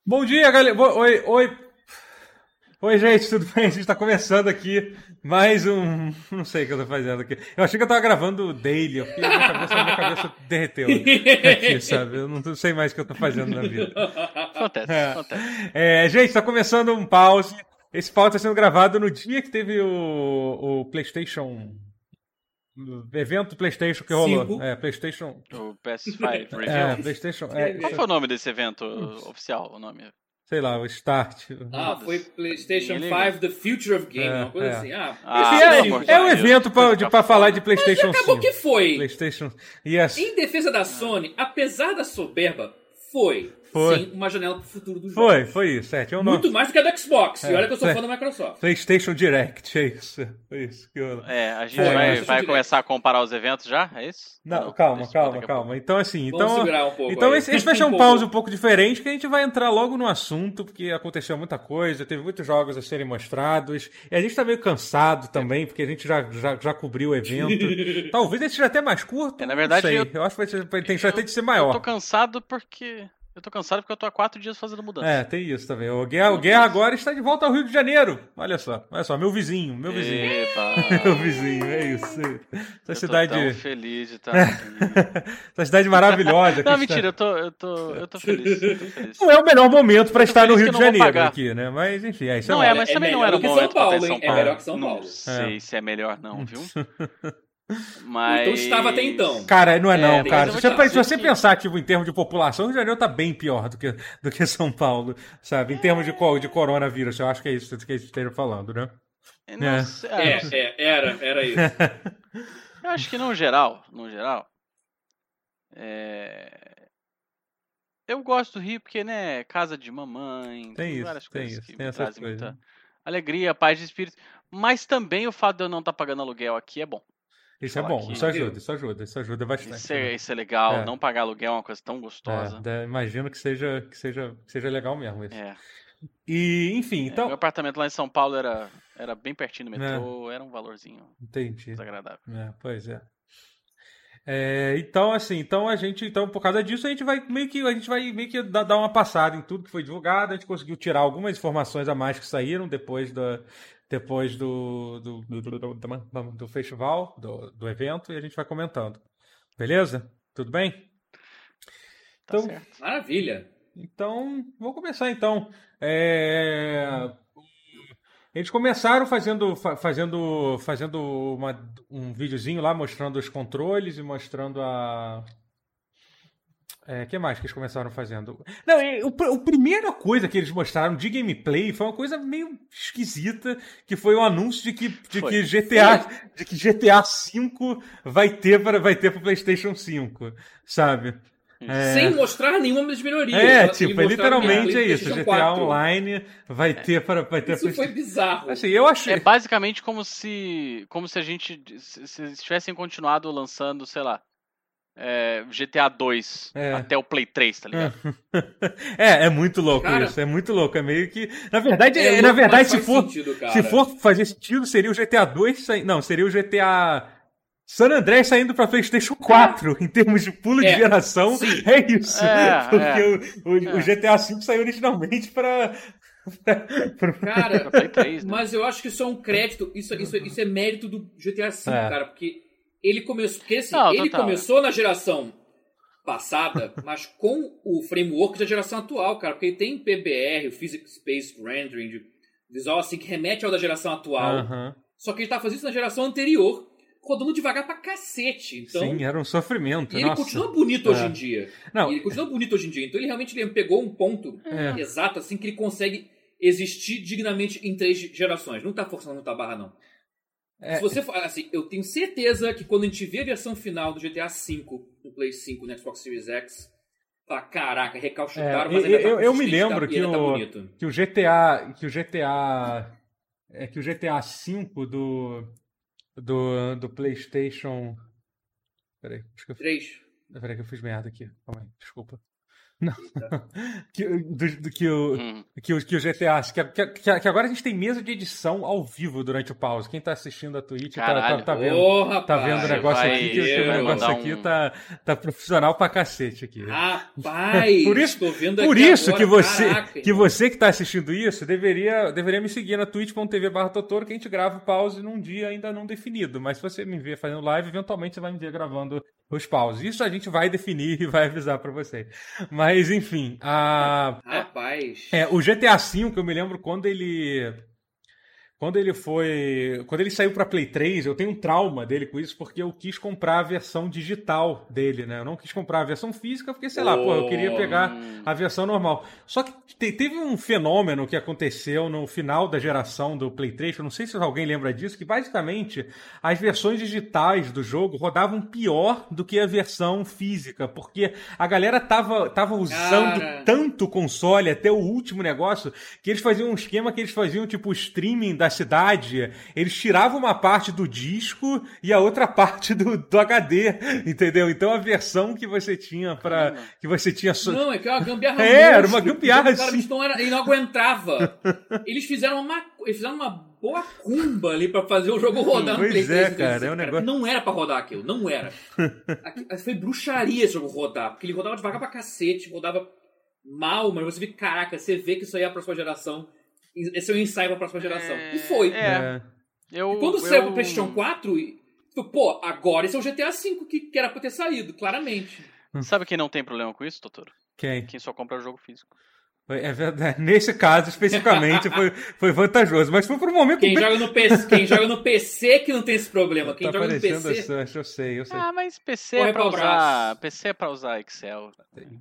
Bom dia, galera. Oi, gente, tudo bem? A gente tá começando aqui mais um. Não sei o que eu tô fazendo aqui. Eu achei que eu tava gravando o Daily, eu fiquei, minha cabeça derreteu aqui, sabe? Eu não sei mais o que eu tô fazendo na vida. Acontece. Gente, tá começando um pause. Esse pause tá sendo gravado no dia que teve o PlayStation. O evento PlayStation que rolou. Cinco. PlayStation. O PS5 Review. PlayStation. Qual foi o nome desse evento oficial? O nome? Sei lá, o Start. Foi PlayStation 5 The Future of Game, uma coisa assim. É um evento pra falar de PlayStation 5. Mas acabou que foi. PlayStation. Yes. Em defesa da Sony, apesar da soberba, foi. Sim, uma janela pro futuro do jogo. Foi isso. Muito mais do que a do Xbox. E olha que eu sou fã da Microsoft. PlayStation Direct, é isso. Foi isso que eu... A gente vai começar a comparar os eventos já? É isso? Não, calma. Então, assim... Vamos segurar um pouco então aí. esse vai ser um pause um pouco diferente, que a gente vai entrar logo no assunto, porque aconteceu muita coisa, teve muitos jogos a serem mostrados, e a gente tá meio cansado também, porque a gente já cobriu o evento. Talvez esse seja até mais curto, na verdade, não sei. Eu acho que tem chance até de ser maior. Eu tô cansado porque eu tô há 4 dias fazendo mudança. Tem isso também. O Guerra agora está de volta ao Rio de Janeiro. Olha só, meu vizinho. Epa. Meu vizinho, é isso. Essa cidade. Eu tô tão feliz de estar aqui. Essa cidade maravilhosa. Não, mentira, eu tô feliz. Não é o melhor momento para estar no Rio de Janeiro aqui, né? Mas enfim, isso não é, mas também não era o momento pra estar em São Paulo. É melhor que São Paulo. Não sei se é melhor não, viu? Mas... Então estava até então. Cara, não é não, cara. Se você pensar tipo, em termos de população, o Rio de Janeiro tá bem pior do que São Paulo, sabe? Em termos de coronavírus, eu acho que é isso que eles estejam falando, né? Era isso. Eu acho que no geral, eu gosto do Rio porque, né, casa de mamãe, tem várias coisas que me trazem muita alegria, paz de espírito, mas também o fato de eu não estar pagando aluguel aqui é bom. Isso é bom, isso ajuda bastante. Isso é legal, não pagar aluguel é uma coisa tão gostosa. Imagino que seja legal mesmo isso. E, enfim, então... Meu apartamento lá em São Paulo era bem pertinho do metrô, era um valorzinho desagradável. Pois é. Então, assim, por causa disso, a gente vai meio que dar uma passada em tudo que foi divulgado. A gente conseguiu tirar algumas informações a mais que saíram depois do festival, do evento, e a gente vai comentando. Beleza? Tudo bem? Então, certo. Maravilha! Então, vou começar então. Eles começaram fazendo um videozinho lá mostrando os controles e mostrando a... O que mais que eles começaram fazendo? Não, a primeira coisa que eles mostraram de gameplay foi uma coisa meio esquisita, que foi o anúncio de que GTA V vai ter para PlayStation 5, sabe? Sem mostrar nenhuma das melhorias. Literalmente é isso. GTA 4. Online vai ter para Isso foi bizarro. Assim, eu achei... É basicamente como se se tivessem continuado lançando, sei lá, GTA 2 até o Play 3, tá ligado? É muito louco, cara, isso. É muito louco. É meio que... Na verdade, se for fazer sentido, seria o GTA 2... Não, seria o GTA... San Andreas saindo pra PlayStation 4, em termos de pulo de geração, sim. É isso. Porque o GTA V saiu originalmente pra... Cara, Play 3, né? Mas eu acho que isso é um crédito, isso é mérito do GTA V, cara, porque ele começou na geração passada, mas com o framework da geração atual, cara, porque ele tem PBR, o Physics Based Rendering, visual assim, que remete ao da geração atual, só que ele tá fazendo isso na geração anterior, rodando devagar pra cacete. Então, sim, era um sofrimento. E ele continua bonito hoje em dia. Então ele realmente pegou um ponto exato, assim, que ele consegue existir dignamente em 3 gerações. Não tá forçando muita barra, não. Se você for, assim, eu tenho certeza que quando a gente vê a versão final do GTA V no Play 5, no Xbox Series X, tá, caraca, recalchutaram, mas ainda tá eu me lembro que o GTA V do PlayStation... Peraí, acho que 3. Peraí que eu fiz merda aqui. Calma aí, desculpa. Não. que o GTA. Que agora a gente tem mesa de edição ao vivo durante o pause. Quem tá assistindo a Twitch tá vendo, tá vendo o negócio aqui. Que o negócio aqui tá profissional pra cacete aqui. Rapaz! Por isso que você que tá assistindo isso deveria me seguir na twitch.tv/Totoro, que a gente grava o pause num dia ainda não definido. Mas se você me ver fazendo live, eventualmente você vai me ver gravando os pauses. Isso a gente vai definir e vai avisar pra vocês. Mas, enfim, Rapaz. O GTA V, eu me lembro quando ele saiu pra Play 3, eu tenho um trauma dele com isso, porque eu quis comprar a versão digital dele, né? Eu não quis comprar a versão física, porque, sei lá, eu queria pegar a versão normal. Só que teve um fenômeno que aconteceu no final da geração do Play 3, eu não sei se alguém lembra disso, que basicamente as versões digitais do jogo rodavam pior do que a versão física, porque a galera tava usando tanto o console até o último negócio, que eles faziam um esquema que eles faziam, tipo, streaming da cidade, eles tiravam uma parte do disco e a outra parte do HD, entendeu? Então a versão que você tinha Não, é que é uma gambiarra. Era uma gambiarra, assim. Ele não aguentava. Eles fizeram uma boa cumba ali pra fazer o jogo rodar no Play 3. Cara, é um negócio... Não era pra rodar aquilo, não era. Foi bruxaria esse jogo rodar, porque ele rodava devagar pra cacete, rodava mal, mas você vê, caraca, você vê que isso aí é a próxima geração. Esse é o ensaio pra próxima geração. E foi. E quando saiu pro PlayStation 4, agora esse é o GTA V que era pra ter saído, claramente. Sabe quem não tem problema com isso, Totoro? Quem só compra o jogo físico. É verdade. Nesse caso, especificamente, foi vantajoso. Mas foi por um momento... Quem joga no PC que não tem esse problema. Quem joga no PC... Assim, eu sei. Mas PC é pra usar... PC é pra usar Excel.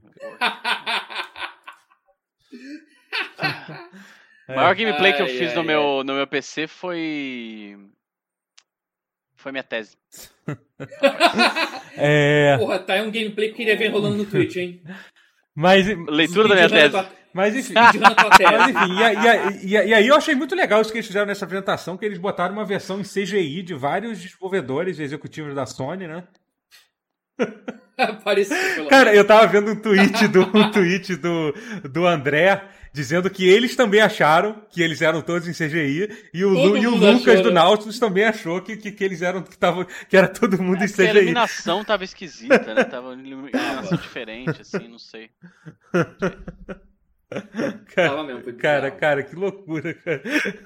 O maior gameplay que eu fiz no meu PC foi minha tese. Porra, tá aí um gameplay que queria ver rolando no Twitch, hein? Leitura da minha tese. Mas enfim, e aí eu achei muito legal isso que eles fizeram nessa apresentação, que eles botaram uma versão em CGI de vários desenvolvedores executivos da Sony, né? Cara, eu tava vendo um tweet do André dizendo que eles também acharam que eles eram todos em CGI e o Lucas do Nautilus também achou que eles eram que era todo mundo em CGI. A iluminação tava esquisita, né? Tava uma iluminação diferente, assim, não sei. Cara, que loucura, cara.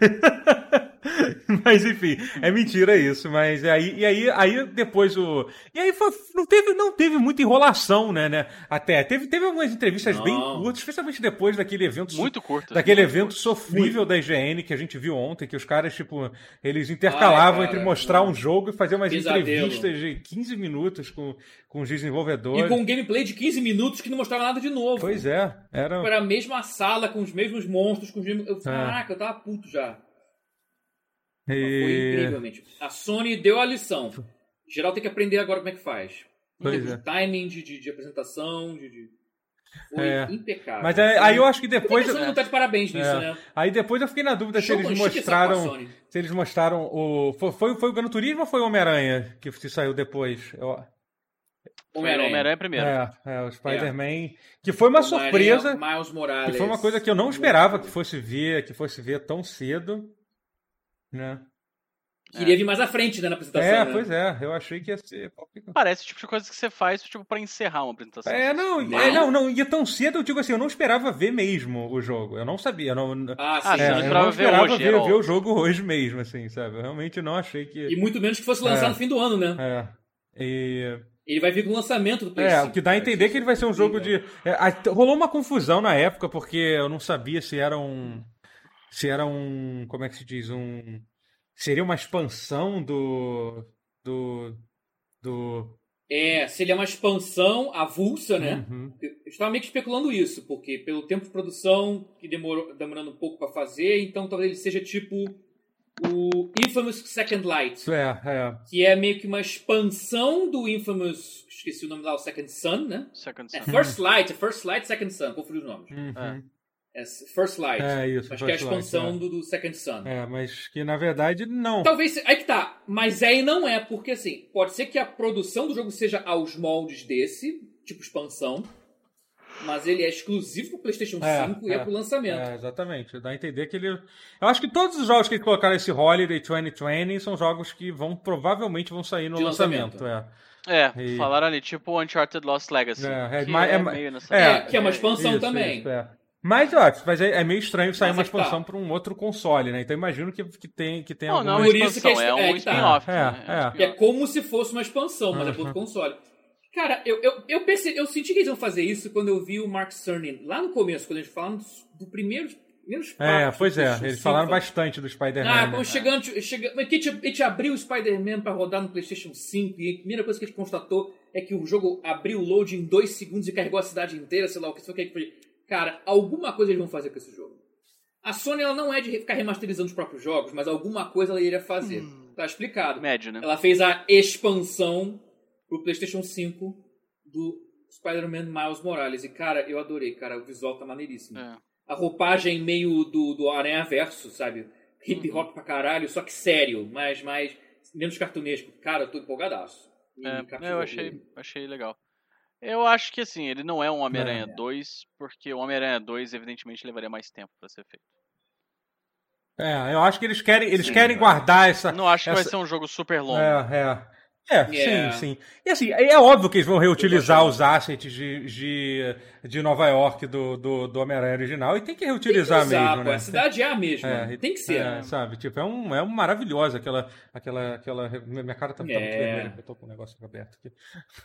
Mas enfim, é mentira isso. Mas aí depois E aí não teve muita enrolação, né? Até teve algumas entrevistas bem curtas, especialmente depois daquele evento. Muito curtas. Daquele evento sofrível da IGN que a gente viu ontem, que os caras, tipo, eles intercalavam entre mostrar um jogo e fazer umas entrevistas de 15 minutos com os desenvolvedores. E com um gameplay de 15 minutos que não mostrava nada de novo. Pois é. Era a mesma sala, com os mesmos monstros, Caraca, eu tava puto já. Foi incrivelmente. A Sony deu a lição. Em geral tem que aprender agora como é que faz. De timing, de apresentação, Foi impecável. Mas aí eu acho que depois... A Sony não tá de parabéns nisso, né? Aí depois eu fiquei na dúvida se eles mostraram o... Foi o Gran Turismo ou foi o Homem-Aranha que se saiu depois? Homem-Aranha primeiro. O Spider-Man. Que foi uma surpresa. Miles Morales. Que foi uma coisa que eu não esperava que fosse ver tão cedo. Né? Queria vir mais à frente, né, na apresentação. Né? Pois é, eu achei que ia ser... Parece o tipo de coisa que você faz tipo, pra encerrar uma apresentação. Não, ia tão cedo, eu digo assim, eu não esperava ver mesmo o jogo. Eu não sabia. Você não esperava ver o jogo hoje mesmo, assim, sabe? Eu realmente não achei que... E muito menos que fosse lançar no fim do ano, né? Ele vai vir com o lançamento do PlayStation. O que dá a entender que ele vai ser um jogo de... rolou uma confusão na época, porque eu não sabia se era um... Como é que se diz? Seria uma expansão do... Se ele é uma expansão avulsa, né? Eu estava meio que especulando isso, porque pelo tempo de produção que demorando um pouco para fazer, então talvez ele seja tipo o Infamous Second Light. Que é meio que uma expansão do Infamous... Esqueci o nome lá, o Second Son, né? First Light, Second Son. Confundi os nomes. First Light. Isso. Acho que é a expansão do Second Son. Mas que na verdade não. Talvez. Aí que tá. Mas aí não é, porque assim, pode ser que a produção do jogo seja aos moldes desse, tipo expansão. mas ele é exclusivo pro PlayStation 5 e é pro lançamento. Exatamente. Dá a entender que ele... Eu acho que todos os jogos que eles colocaram esse Holiday 2020 são jogos que provavelmente vão sair no lançamento. Falaram ali, tipo Uncharted Lost Legacy. Que é uma expansão também. Isso. Mas é meio estranho sair uma expansão para um outro console, né? Então imagino que tem alguma... Não, por isso que é um spin-off. É como se fosse uma expansão, mas é para outro console. Cara, eu senti que eles iam fazer isso quando eu vi o Mark Cerny lá no começo, quando eles falaram do primeiros pois é. Eles falaram bastante do Spider-Man. Quando chegando, mas que a gente abriu o Spider-Man pra rodar no PlayStation 5 e a primeira coisa que a gente constatou é que o jogo abriu o load em 2 segundos e carregou a cidade inteira, sei lá o que foi. Cara, alguma coisa eles vão fazer com esse jogo. A Sony, ela não é de ficar remasterizando os próprios jogos, mas alguma coisa ela iria fazer. Tá explicado. Médio, né? Ela fez a expansão pro PlayStation 5 do Spider-Man Miles Morales. E, cara, eu adorei, cara. O visual tá maneiríssimo. A roupagem meio do Aranha Verso, sabe? Hip hop pra caralho, só que sério, mas menos cartunesco. Cara, eu tô empolgadaço. Eu achei legal. Eu acho que, assim, ele não é um Homem-Aranha 2, porque o Homem-Aranha 2, evidentemente, levaria mais tempo pra ser feito. Eu acho que eles querem guardar essa... Não acho que vai ser um jogo super longo. Sim. E assim, é óbvio que eles vão reutilizar os assets de Nova York do Homem-Aranha original, e tem que reutilizar mesmo, né? A cidade é a mesma, tem que ser. Sabe, tipo, é um maravilhoso aquela... Minha cara tá muito vermelha, eu tô com o negócio aberto aqui.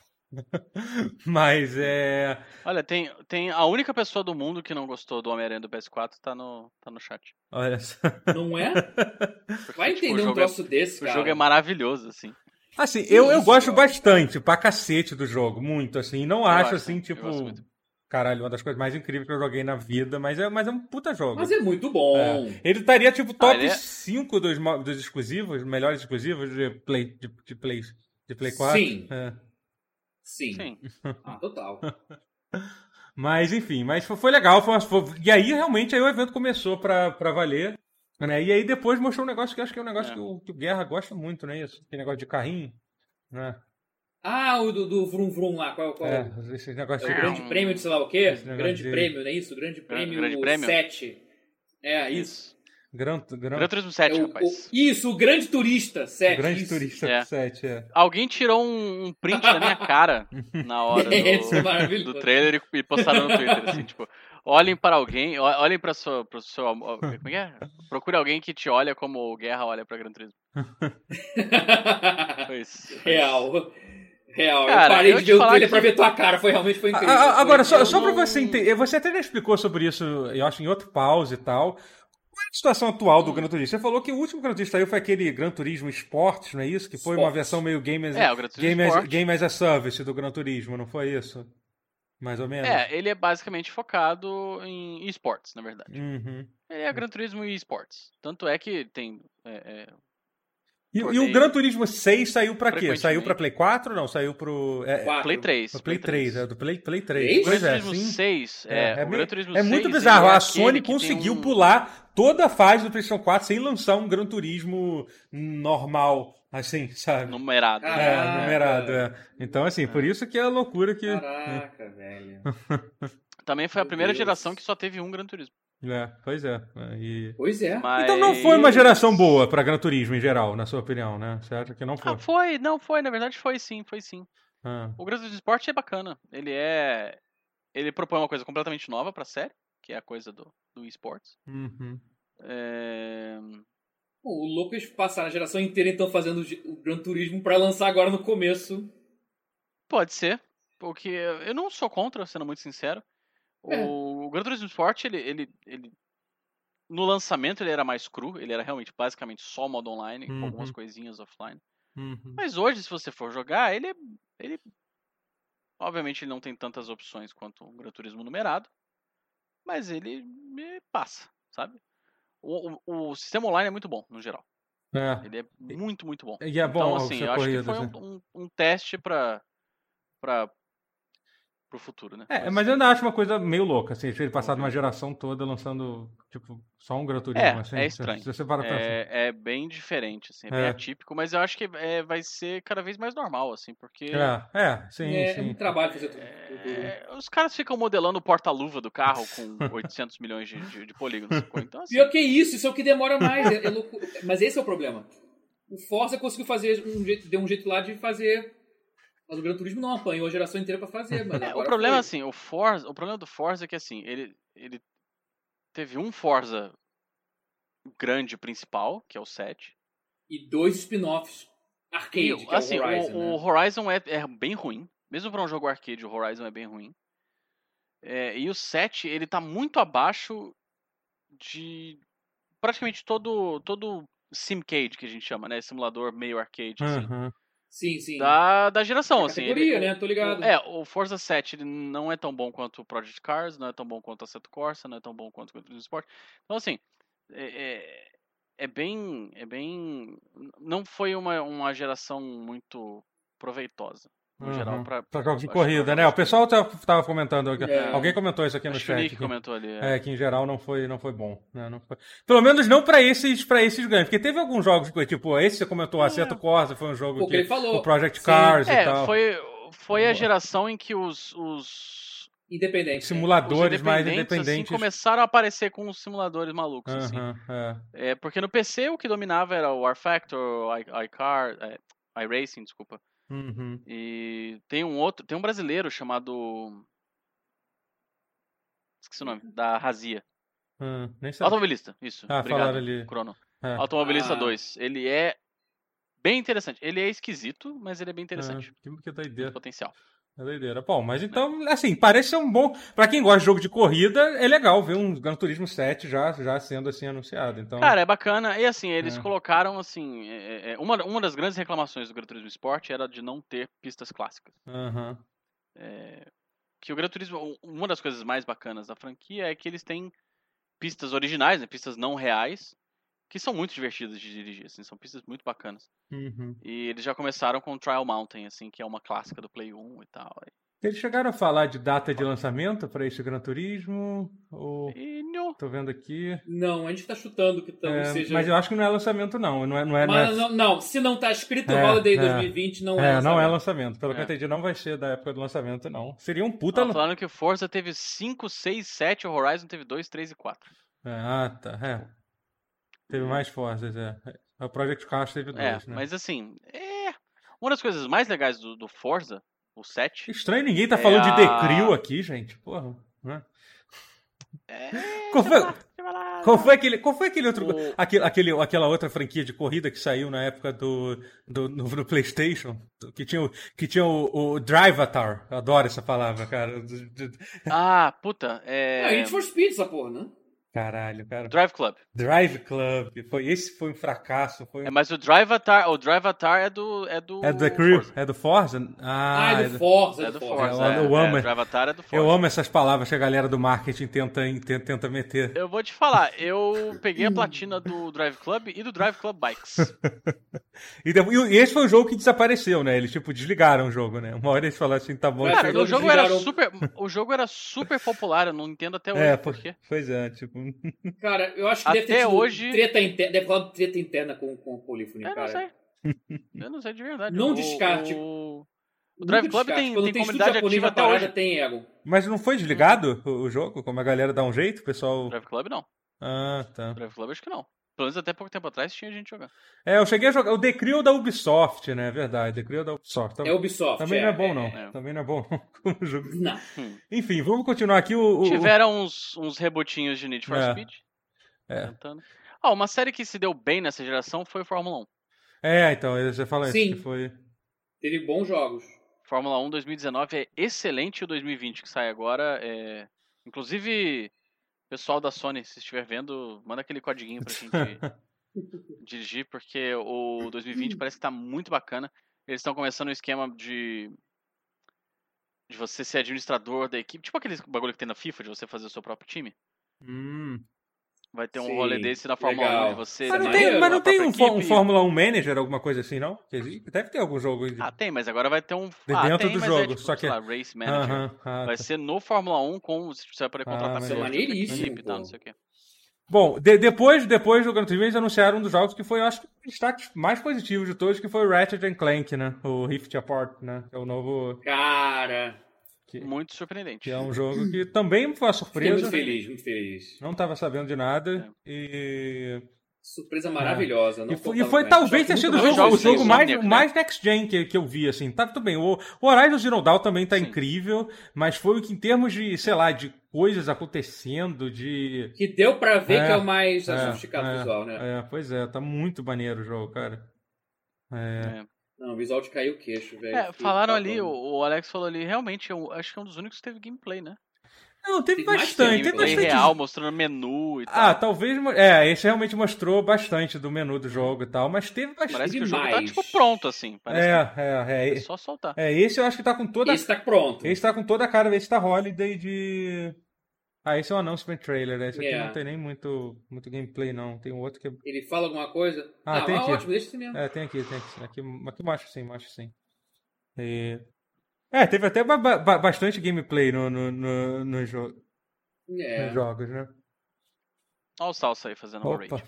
Mas Olha, tem a única pessoa do mundo que não gostou do Homem-Aranha do PS4 tá no chat. Olha só. Não é? Vai entender um troço desse, cara. O jogo é maravilhoso, assim. Assim, eu gosto bastante, pra cacete do jogo, muito, assim. Não acho, assim, tipo... Caralho, uma das coisas mais incríveis que eu joguei na vida, mas é um puta jogo. Mas é muito bom. Ele estaria, tipo, top 5 dos exclusivos, melhores exclusivos de Play 4. Sim. Total. Mas, enfim, foi legal. E aí, realmente, o evento começou pra valer. Né? E aí depois mostrou um negócio que eu acho que é um negócio que o Guerra gosta muito, não é isso? Aquele negócio de carrinho, né? O do Vrum Vrum lá. Qual? Esse negócio de grande prêmio de sei lá o quê? Grande prêmio, não é isso? Grande prêmio 7. Isso. Gran Turismo 7, rapaz. O Grande Turista 7. O Grande Turista 7, Alguém tirou um print da minha cara na hora do trailer e postaram no Twitter, assim, tipo... Olhem para alguém, olhem para pro seu amor. Como é? Procure alguém que te olha como o Guerra olha para Gran Turismo. Foi isso. Real. Cara, eu parei de ver o trailer pra ver tua cara, foi incrível. Agora, só pra você entender, você até já explicou sobre isso, eu acho, em outro pause e tal. Qual é a situação atual do Gran Turismo? Você falou que o último Gran Turismo saiu foi aquele Gran Turismo Sports, não é isso? Que foi uma versão meio Game as a Service do Gran Turismo, não foi isso? Mais ou menos? Ele é basicamente focado em esportes, na verdade. Ele é Gran Turismo e esportes. Tanto é que tem... E o Gran Turismo 6 saiu pra quê? Saiu pra Play 4 ou não? Saiu pro... Play 3. Play 3, do Play 3. Pois Gran Turismo 6... o Gran Turismo 6, muito bizarro. A Sony conseguiu pular toda a fase do PlayStation 4 sem lançar um Gran Turismo normal. Assim, sabe? Numerado. Numerado. Então, assim, por isso que é a loucura que... Caraca, velho. Também foi a primeira geração que só teve um Gran Turismo. Pois é. Pois é. Mas... Então não foi uma geração boa pra Gran Turismo em geral, na sua opinião, né? Você acha que não foi? Não foi, na verdade foi sim. O Gran Turismo Sport é bacana. Ele propõe uma coisa completamente nova pra série, que é a coisa do esportes. O louco eles passaram a geração inteira então fazendo o Gran Turismo pra lançar agora no começo. Pode ser, porque eu não sou contra, sendo muito sincero. O Gran Turismo Sport, ele no lançamento ele era mais cru, ele era realmente basicamente só modo online, com algumas coisinhas offline. Mas hoje, se você for jogar, ele obviamente ele não tem tantas opções quanto o Gran Turismo numerado, mas ele passa, sabe? O sistema online é muito bom, no geral. Ele é muito, muito bom. E é bom, então, assim, eu acho que foi um teste pra pro futuro, né? Mas eu ainda acho uma coisa meio louca, assim, ele passado uma geração toda lançando, tipo, só um Gran Turismo, assim. É estranho. Se você para pensar. É bem diferente, assim, é bem atípico, mas eu acho que vai ser cada vez mais normal, assim, porque... sim. É um trabalho fazer tudo. Os caras ficam modelando o porta-luva do carro com 800 milhões de polígonos, então assim... Pior que isso é o que demora mais, mas esse é o problema. O Forza conseguiu fazer deu um jeito lá de fazer... Mas o Gran Turismo não apanhou a geração inteira pra fazer. Mas o problema assim, o problema do Forza é que assim, ele teve um Forza grande principal, que é o 7. E 2 spin-offs arcade, que assim, é o Horizon. O Horizon é bem ruim. Mesmo para um jogo arcade, o Horizon é bem ruim. E o 7, ele tá muito abaixo de praticamente todo simcade que a gente chama, né? Simulador meio arcade, assim. Sim. Da geração, assim. Categoria, né? Tô ligado. O Forza 7 ele não é tão bom quanto o Project Cars, não é tão bom quanto o Assetto Corsa, não é tão bom quanto o Gran Turismo Sport. Então, assim, é bem... Não foi uma geração muito proveitosa, no geral. Pra jogos de corrida, né? O pessoal tava comentando, alguém comentou isso aqui no chat. O Nick comentou ali. Que em geral não foi bom. Né? Não foi. Pelo menos não pra esses grandes, porque teve alguns jogos, tipo, esse você comentou, Assetto Corsa, foi um jogo que... O Project Cars e tal. Foi a geração em que os independentes. Simuladores mais independentes. Assim, começaram a aparecer com os simuladores malucos, assim. Porque no PC o que dominava era o R-Factor, iRacing, desculpa. E tem um brasileiro chamado... Esqueci o nome, da Razia. Nem sei. Automobilista, isso. Obrigado, ali. Crono. Automobilista 2. Ele é bem interessante. Ele é esquisito, mas ele é bem interessante. Que doideira. Tem potencial. É doideira. Bom, mas então, assim, parece ser um bom... Pra quem gosta de jogo de corrida, é legal ver um Gran Turismo 7 já sendo, assim, anunciado. Então... Cara, é bacana. E, assim, eles colocaram, assim... Uma das grandes reclamações do Gran Turismo Sport era de não ter pistas clássicas. Que o Gran Turismo... Uma das coisas mais bacanas da franquia é que eles têm pistas originais, né, pistas não reais, que são muito divertidas de dirigir, assim, são pistas muito bacanas. E eles já começaram com o Trial Mountain, assim, que é uma clássica do Play 1 e tal. Eles chegaram a falar de data de lançamento para esse Gran Turismo? Ou... Tô vendo aqui. Não, a gente tá chutando que seja... Mas eu acho que não é lançamento, não. Não, se não tá escrito Holiday 2020, não é lançamento. Não é lançamento. Pelo que eu entendi, não vai ser da época do lançamento, não. Seria um puta... falando que o Forza teve 5, 6, 7, o Horizon teve 2, 3 e 4. Tá. Teve mais Forzas, O Project Cars teve 2, né? Mas assim, uma das coisas mais legais do Forza, o 7... Estranho, ninguém tá falando de The Crew aqui, gente. Porra, né? Qual foi aquele outro... Aquela outra franquia de corrida que saiu na época no PlayStation? Que tinha o Drivatar. Eu adoro essa palavra, cara. Puta. Need for Speed essa porra, né? Caralho, cara. Drive Club. Esse foi um fracasso. Mas o Drivatar é do The Crew? Forza. É do Forza? É do Forza. É do Forza. Eu amo. Drivatar é do Forza. Eu amo essas palavras que a galera do marketing tenta meter. Eu vou te falar, eu peguei a platina do Drive Club e do Drive Club Bikes. E esse foi o jogo que desapareceu, né? Eles, desligaram o jogo, né? Uma hora eles falaram assim, tá bom. Cara, o jogo era super popular, eu não entendo até hoje por quê. Pois é, Cara, eu acho que deve ter tido deve rolar treta interna com o Polifone, cara. Eu não sei de verdade. Não descarte. O Drive Club tem comunidade ativa até hoje. Tem ego. Mas não foi desligado o jogo? Como a galera dá um jeito, o pessoal... O Drive Club não. Tá. O Drive Club acho que não. Pelo menos até pouco tempo atrás tinha gente jogando. Eu cheguei a jogar o The Crew da Ubisoft, né? É verdade, The Crew da Ubisoft. É Ubisoft. Também não é bom, não. Também não é bom como jogo. Não. Enfim, vamos continuar aqui. Tiveram uns rebotinhos de Need for Speed. Tentando. Uma série que se deu bem nessa geração foi Fórmula 1. Então, você fala isso. Que foi... Teve bons jogos. Fórmula 1 2019 é excelente, o 2020 que sai agora Inclusive, pessoal da Sony, se estiver vendo, manda aquele codiguinho pra gente dirigir, porque o 2020 parece que tá muito bacana. Eles estão começando um esquema de você ser administrador da equipe, tipo aquele bagulho que tem na FIFA, de você fazer o seu próprio time. Vai ter um rolê desse na Fórmula 1 de você. Mas não tem um Fórmula 1 Manager, alguma coisa assim, não? Deve ter algum jogo. Tem, mas agora vai ter um... dentro do jogo, tipo, só que... Race Manager. Vai ser no Fórmula 1 com... Você vai poder contratar pessoas de equipe e tal, não sei o quê. Bom, depois do Gran Turismo, eles anunciaram um dos jogos que foi, eu acho, o destaque mais positivo de todos, que foi o Ratchet & Clank, né? O Rift Apart, né? Que é o novo... Cara... Muito surpreendente. Que é um jogo que também foi uma surpresa. Fiquei muito feliz. Não estava sabendo de nada. E... Surpresa maravilhosa. E foi talvez ter sido o jogo mais next gen que eu vi, assim. Tá tudo bem. O Horizon Zero Dawn também tá incrível, mas foi o que, em termos de, sei lá, de coisas acontecendo, de... Que deu pra ver que é o mais sofisticado visual, né? Pois é. Tá muito maneiro o jogo, cara. Não, o visual de cair o queixo, velho. Falaram ali, o Alex falou ali, realmente, eu acho que é um dos únicos que teve gameplay, né? Não, teve bastante. Teve bastante real, mostrando menu e tal. Talvez... esse realmente mostrou bastante do menu do jogo e tal, mas teve bastante. Parece que o jogo tá, tipo, pronto, assim. É só soltar. Esse eu acho que tá com toda... Esse tá pronto. Esse tá com toda a cara, esse tá Holiday de... esse é um announcement trailer, né? Esse aqui não tem nem muito gameplay, não. Tem um outro que... Ele fala alguma coisa? Tem aqui. Ótimo, deixa assim mesmo. Tem aqui. Aqui mostra sim. Teve até bastante gameplay no jogo. Nos jogos, né? Olha o Salsa aí fazendo uma raid.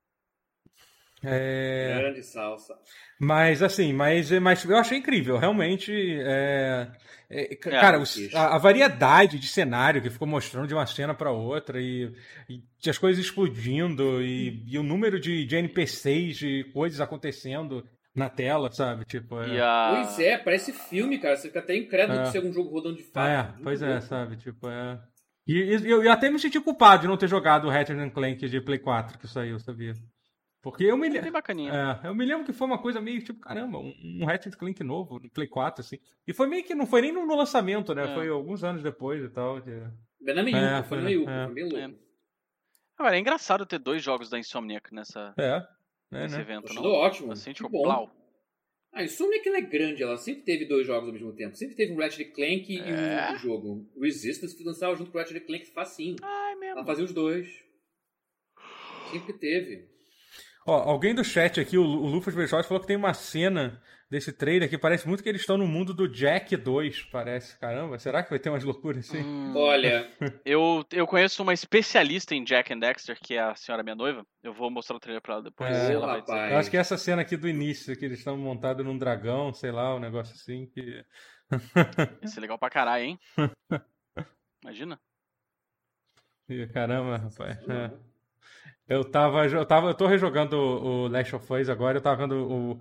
Grande Salsa. Mas assim, mas eu achei incrível, realmente. Cara, a variedade de cenário que ficou mostrando de uma cena para outra e as coisas explodindo e o número de NPCs, de coisas acontecendo na tela, sabe? Tipo, Pois é, parece filme, cara. Você fica até incrédulo de ser um jogo rodando de fato. Pois é, sabe? Tipo, E eu até me senti culpado de não ter jogado o Ratchet & Clank de Play 4 que saiu, sabia? Porque eu me lembro. Eu me lembro que foi uma coisa meio tipo, caramba, um Ratchet & Clank novo, no Play 4, assim. E foi meio que não foi nem no lançamento, né? Foi alguns anos depois e tal. Bem na meiuca, foi bem louco. Agora, é engraçado ter 2 jogos da Insomniac nesse evento, não? Ótimo. Assim, tipo, plau. A Insomniac ela é grande, ela sempre teve 2 jogos ao mesmo tempo. Sempre teve um Ratchet & Clank e um jogo. Resistance que lançava junto com o Ratchet & Clank facinho. Mesmo. Ela fazia os 2. Sempre teve. Alguém do chat aqui, o Lufas Beixote, falou que tem uma cena desse trailer que parece muito que eles estão no mundo do Jack 2, parece. Caramba, será que vai ter umas loucuras assim? Olha... Eu conheço uma especialista em Jack and Dexter, que é a senhora minha noiva. Eu vou mostrar o trailer pra ela depois. Ela vai dizer. Eu acho que é essa cena aqui do início, que eles estão montados num dragão, sei lá, um negócio assim que... Ia ser legal pra caralho, hein? Imagina. Caramba, rapaz. Eu tô rejogando o Last of Us agora, eu tava vendo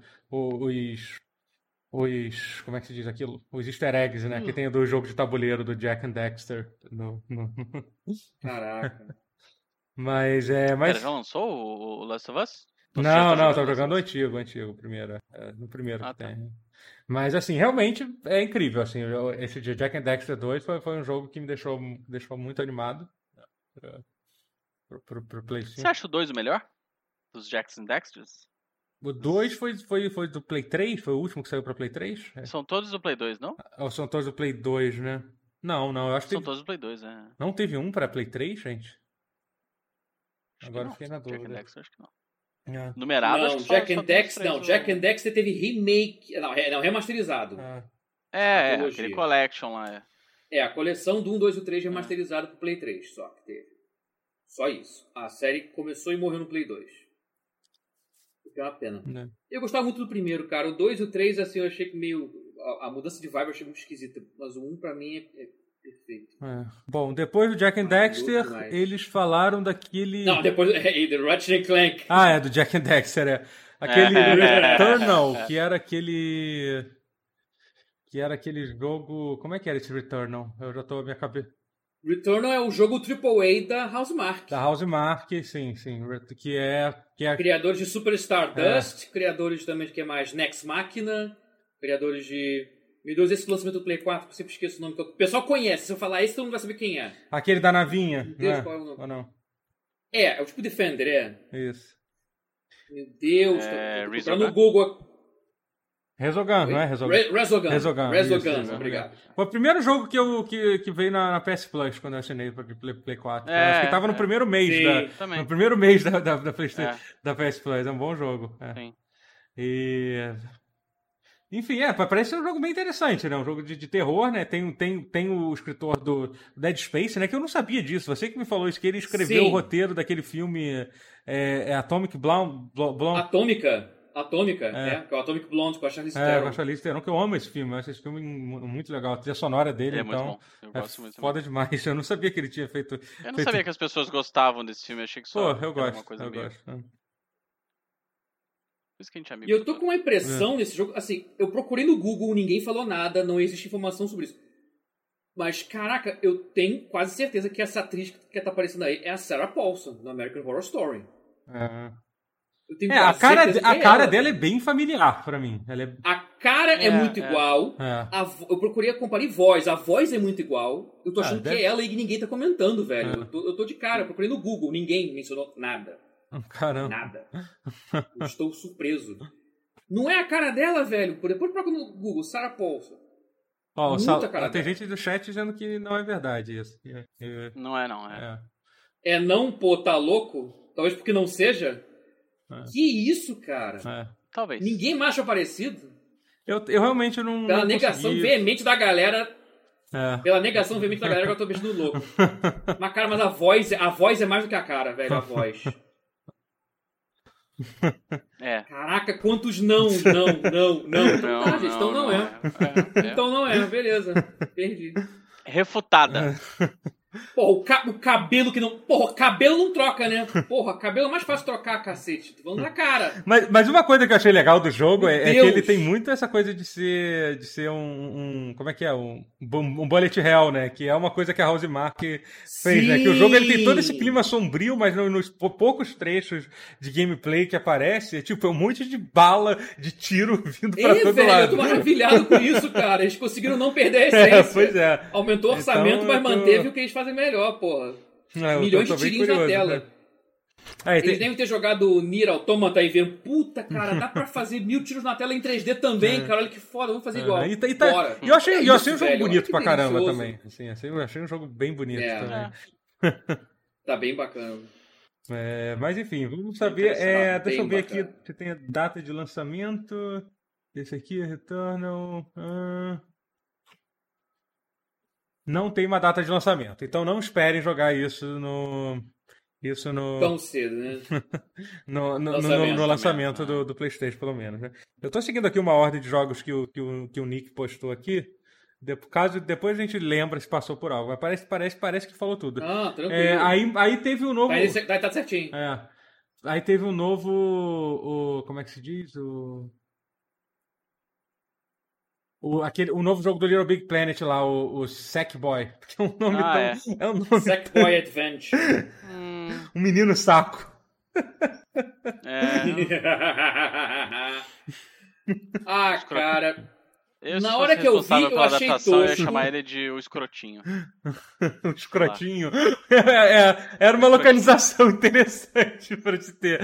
os como é que se diz aquilo? Os easter eggs, né? Que tem do jogo de tabuleiro do Jack and Dexter. Caraca. Mas Pera, já lançou o Last of Us? Não, tô jogando o antigo primeiro. No primeiro que tem. Mas assim, realmente é incrível, assim, esse de Jack and Dexter 2 foi um jogo que me deixou muito animado. Pro Play 5. Você acha o 2 o melhor? Dos Jacks and Dexters? O 2 foi do Play 3? Foi o último que saiu pra Play 3? São todos do Play 2, não? Ou são todos do Play 2, né? Não, eu acho que são todos do Play 2, Não teve um pra Play 3, gente? Acho Agora fiquei na dúvida. Jack and Dexter, acho que não. Numerado, não, acho que Jack and Dexter, não. Jack and Dexter teve remake... Não, remasterizado. Aquele collection lá, a coleção do 1, 2 e 3 remasterizado pro Play 3, só que teve. Só isso. A série começou e morreu no Play 2. O que é uma pena. Eu gostava muito do primeiro, cara. O 2 e o 3, assim, eu achei que meio... A mudança de vibe eu achei muito esquisita. Mas o 1, pra mim, é perfeito. Bom, depois do Jack and Dexter, eles falaram daquele... Não, depois do Ratchet & Clank. Do Jack and Dexter, Aquele Returnal, que era aquele... Que era aquele jogo... Como é que era esse Returnal? Eu já tô... Minha cabeça... Returnal é o jogo AAA da Housemarque. Da Housemarque, sim. Que é... Criadores de Super Stardust, criadores também de que é mais Nex Machina, criadores de... Meu Deus, esse lançamento do Play 4, eu sempre esqueço o nome. O pessoal conhece, se eu falar esse, todo mundo vai saber quem é. Aquele da navinha, Meu Deus, qual é o nome? Ou não? É o tipo Defender, Isso. Meu Deus, tô no Google. Resogun, não é? Resogun, obrigado. Foi o primeiro jogo que veio na PS Plus, quando eu assinei para Play 4. Acho que tava no primeiro mês no primeiro mês da PlayStation, da PS Plus. É um bom jogo. Sim. E... Enfim, parece ser um jogo bem interessante, né? Um jogo de terror, né? Tem o escritor do Dead Space, né? Que eu não sabia disso. Você que me falou isso, que ele escreveu o roteiro daquele filme Atomic Blonde. Atômica, que é o Atomic Blonde com a Charlize Theron. Com a Charlize Theron, que eu amo esse filme. Eu acho esse filme muito legal. A trilha sonora dele, muito bom. Eu gosto muito foda demais. Eu não sabia que ele tinha feito... Eu não sabia que as pessoas gostavam desse filme. Eu achei que só eu gosto, uma coisa eu meio... gosto. Por isso que a gente é amigo. E eu tô com uma impressão nesse jogo... Assim, eu procurei no Google, ninguém falou nada, não existe informação sobre isso. Mas, caraca, eu tenho quase certeza que essa atriz que tá aparecendo aí é a Sarah Paulson, no American Horror Story. Eu tenho a cara dela é bem familiar pra mim. A cara é muito igual. Eu procurei, comparei voz. A voz é muito igual. Eu tô achando que é ela e ninguém tá comentando, velho. Eu tô de cara, eu procurei no Google. Ninguém mencionou nada. Caramba. Nada. Eu estou surpreso. Não é a cara dela, velho. Depois procura no Google, Sarah Paulson. Tem gente do chat dizendo que não é verdade isso. Não é. É não, pô, tá louco? Talvez porque não seja? Que isso, cara? Talvez. Ninguém mais achou parecido? Eu realmente não. Pela negação veemente da galera. Pela negação veemente da galera, eu tô mexendo louco. Mas, cara, a voz é mais do que a cara, velho. A voz. Caraca, quantos não. Tá, gente, então não é. Então não é, beleza. Perdi. Refutada. Porra, o cabelo que não... Porra, cabelo não troca, né? Porra, cabelo é mais fácil trocar, cacete. Tô falando da cara. Mas uma coisa que eu achei legal do jogo é que ele tem muito essa coisa de ser como é que é? Um bullet hell, né? Que é uma coisa que a Housemarque fez, né? Que o jogo ele tem todo esse clima sombrio, mas nos poucos trechos de gameplay que aparece, é um monte de bala, de tiro vindo pra todo lado. Eu tô maravilhado com isso, cara. Eles conseguiram não perder a essência. Pois é. Aumentou o orçamento, mas manteve o que eles fazem melhor, porra. Milhões de tirinhos na tela. Eles devem ter jogado Nier Automata e vendo, puta, cara, dá pra fazer 1000 tiros na tela em 3D também, cara, olha que foda, vamos fazer igual. Bora. E eu achei um jogo bonito pra caramba também. Assim, eu achei um jogo bem bonito também. Tá bem bacana. Mas enfim, vamos saber. Deixa eu ver aqui se tem a data de lançamento. Esse aqui é Returnal. Não tem uma data de lançamento, então não esperem jogar isso no tão cedo, né? no lançamento do PlayStation, pelo menos. Né? Eu tô seguindo aqui uma ordem de jogos que o Nick postou aqui. Depois a gente lembra se passou por algo. Mas parece que falou tudo. Tranquilo. Aí teve um novo. Tá certinho. Aí teve um novo. Como é que se diz? O novo jogo do Little Big Planet lá, o Sackboy. Que é um nome é um nome Sackboy Adventure. Um menino saco. Cara. Na hora que eu vi, eu achei tosco. Eu ia chamar ele de o escrotinho. O escrotinho. Era uma localização interessante pra te ter.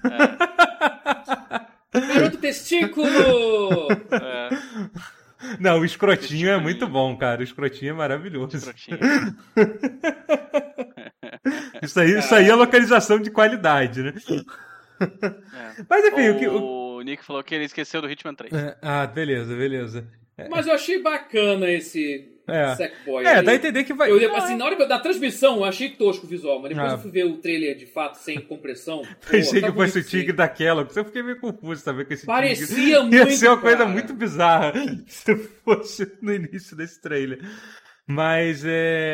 Garoto testículo! Não, o escrotinho é muito bom, cara. O escrotinho é maravilhoso. Isso aí é localização de qualidade, né? Mas enfim, o Nick falou que ele esqueceu do Hitman 3. Beleza. Mas eu achei bacana esse Sackboy. Dá a entender que vai... Na hora da transmissão, eu achei tosco o visual, mas depois eu fui ver o trailer de fato, sem compressão. Pensei que fosse o tigre daquela, porque eu fiquei meio confuso também com esse tigre. Parecia muito, ia ser uma coisa muito bizarra se fosse no início desse trailer. Mas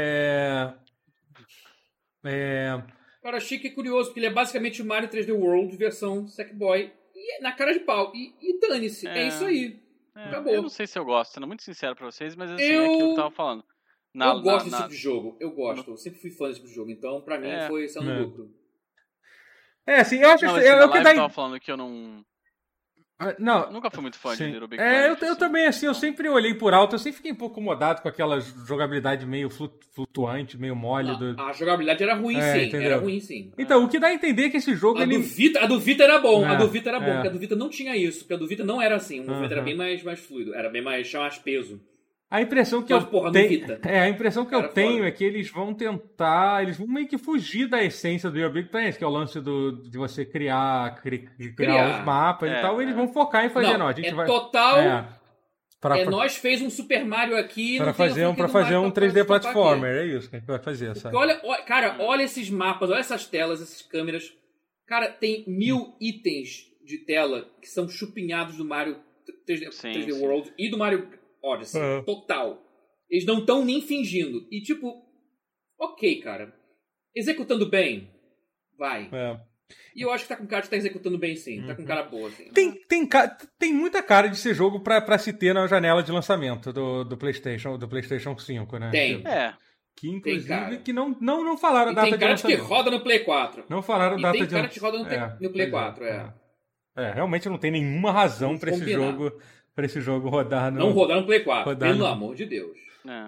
Cara, achei que é curioso, porque ele é basicamente o Mario 3D World versão Sackboy. E na cara de pau. E dane-se. É isso aí. Acabou. Eu não sei se eu gosto, sendo muito sincero pra vocês, mas assim, é aquilo que eu tava falando. Eu gosto desse tipo de jogo. Eu gosto. Eu sempre fui fã desse tipo de jogo. Então, pra mim, foi sendo lucro. Assim, eu acho que... Eu tava falando que eu não... Não, nunca fui muito fã de Little Big Planet. Eu também, assim, eu sempre olhei por alto, eu sempre fiquei um pouco incomodado com aquela jogabilidade meio flutuante, meio mole. A jogabilidade era ruim, sim. Entendeu? Era ruim, sim. Então, o que dá a entender é que esse jogo... A do Vita era bom, porque a do Vita não tinha isso, porque a do Vita não era assim, o movimento era bem mais fluido, era bem mais, tinha mais peso. A impressão que a impressão que eu tenho é que eles vão meio que fugir da essência do Little Big Planet, que é o lance de você criar os mapas e tal, eles vão focar em fazer, a gente vai... Total... nós fez um Super Mario aqui... Pra fazer um 3D platformer, é isso que a gente vai fazer, sabe? Olha esses mapas, olha essas telas, essas câmeras. Cara, tem 1000 itens de tela que são chupinhados do Mario 3D World e do Mario Odyssey. Total. Eles não estão nem fingindo. E tipo, ok, cara. Executando bem, vai. E eu acho que tá com cara de estar executando bem, sim. Tá com cara boa, sim. Tem muita cara de ser jogo pra se ter na janela de lançamento do PlayStation 5, né? Tem. Que inclusive que não falaram a data de lançamento. Tem cara de que roda no Play 4. Não falaram a data de lançamento. Tem cara de que roda no Play 4, realmente não tem nenhuma razão pra esse jogo rodar no... Não rodar no Play 4, pelo amor de Deus.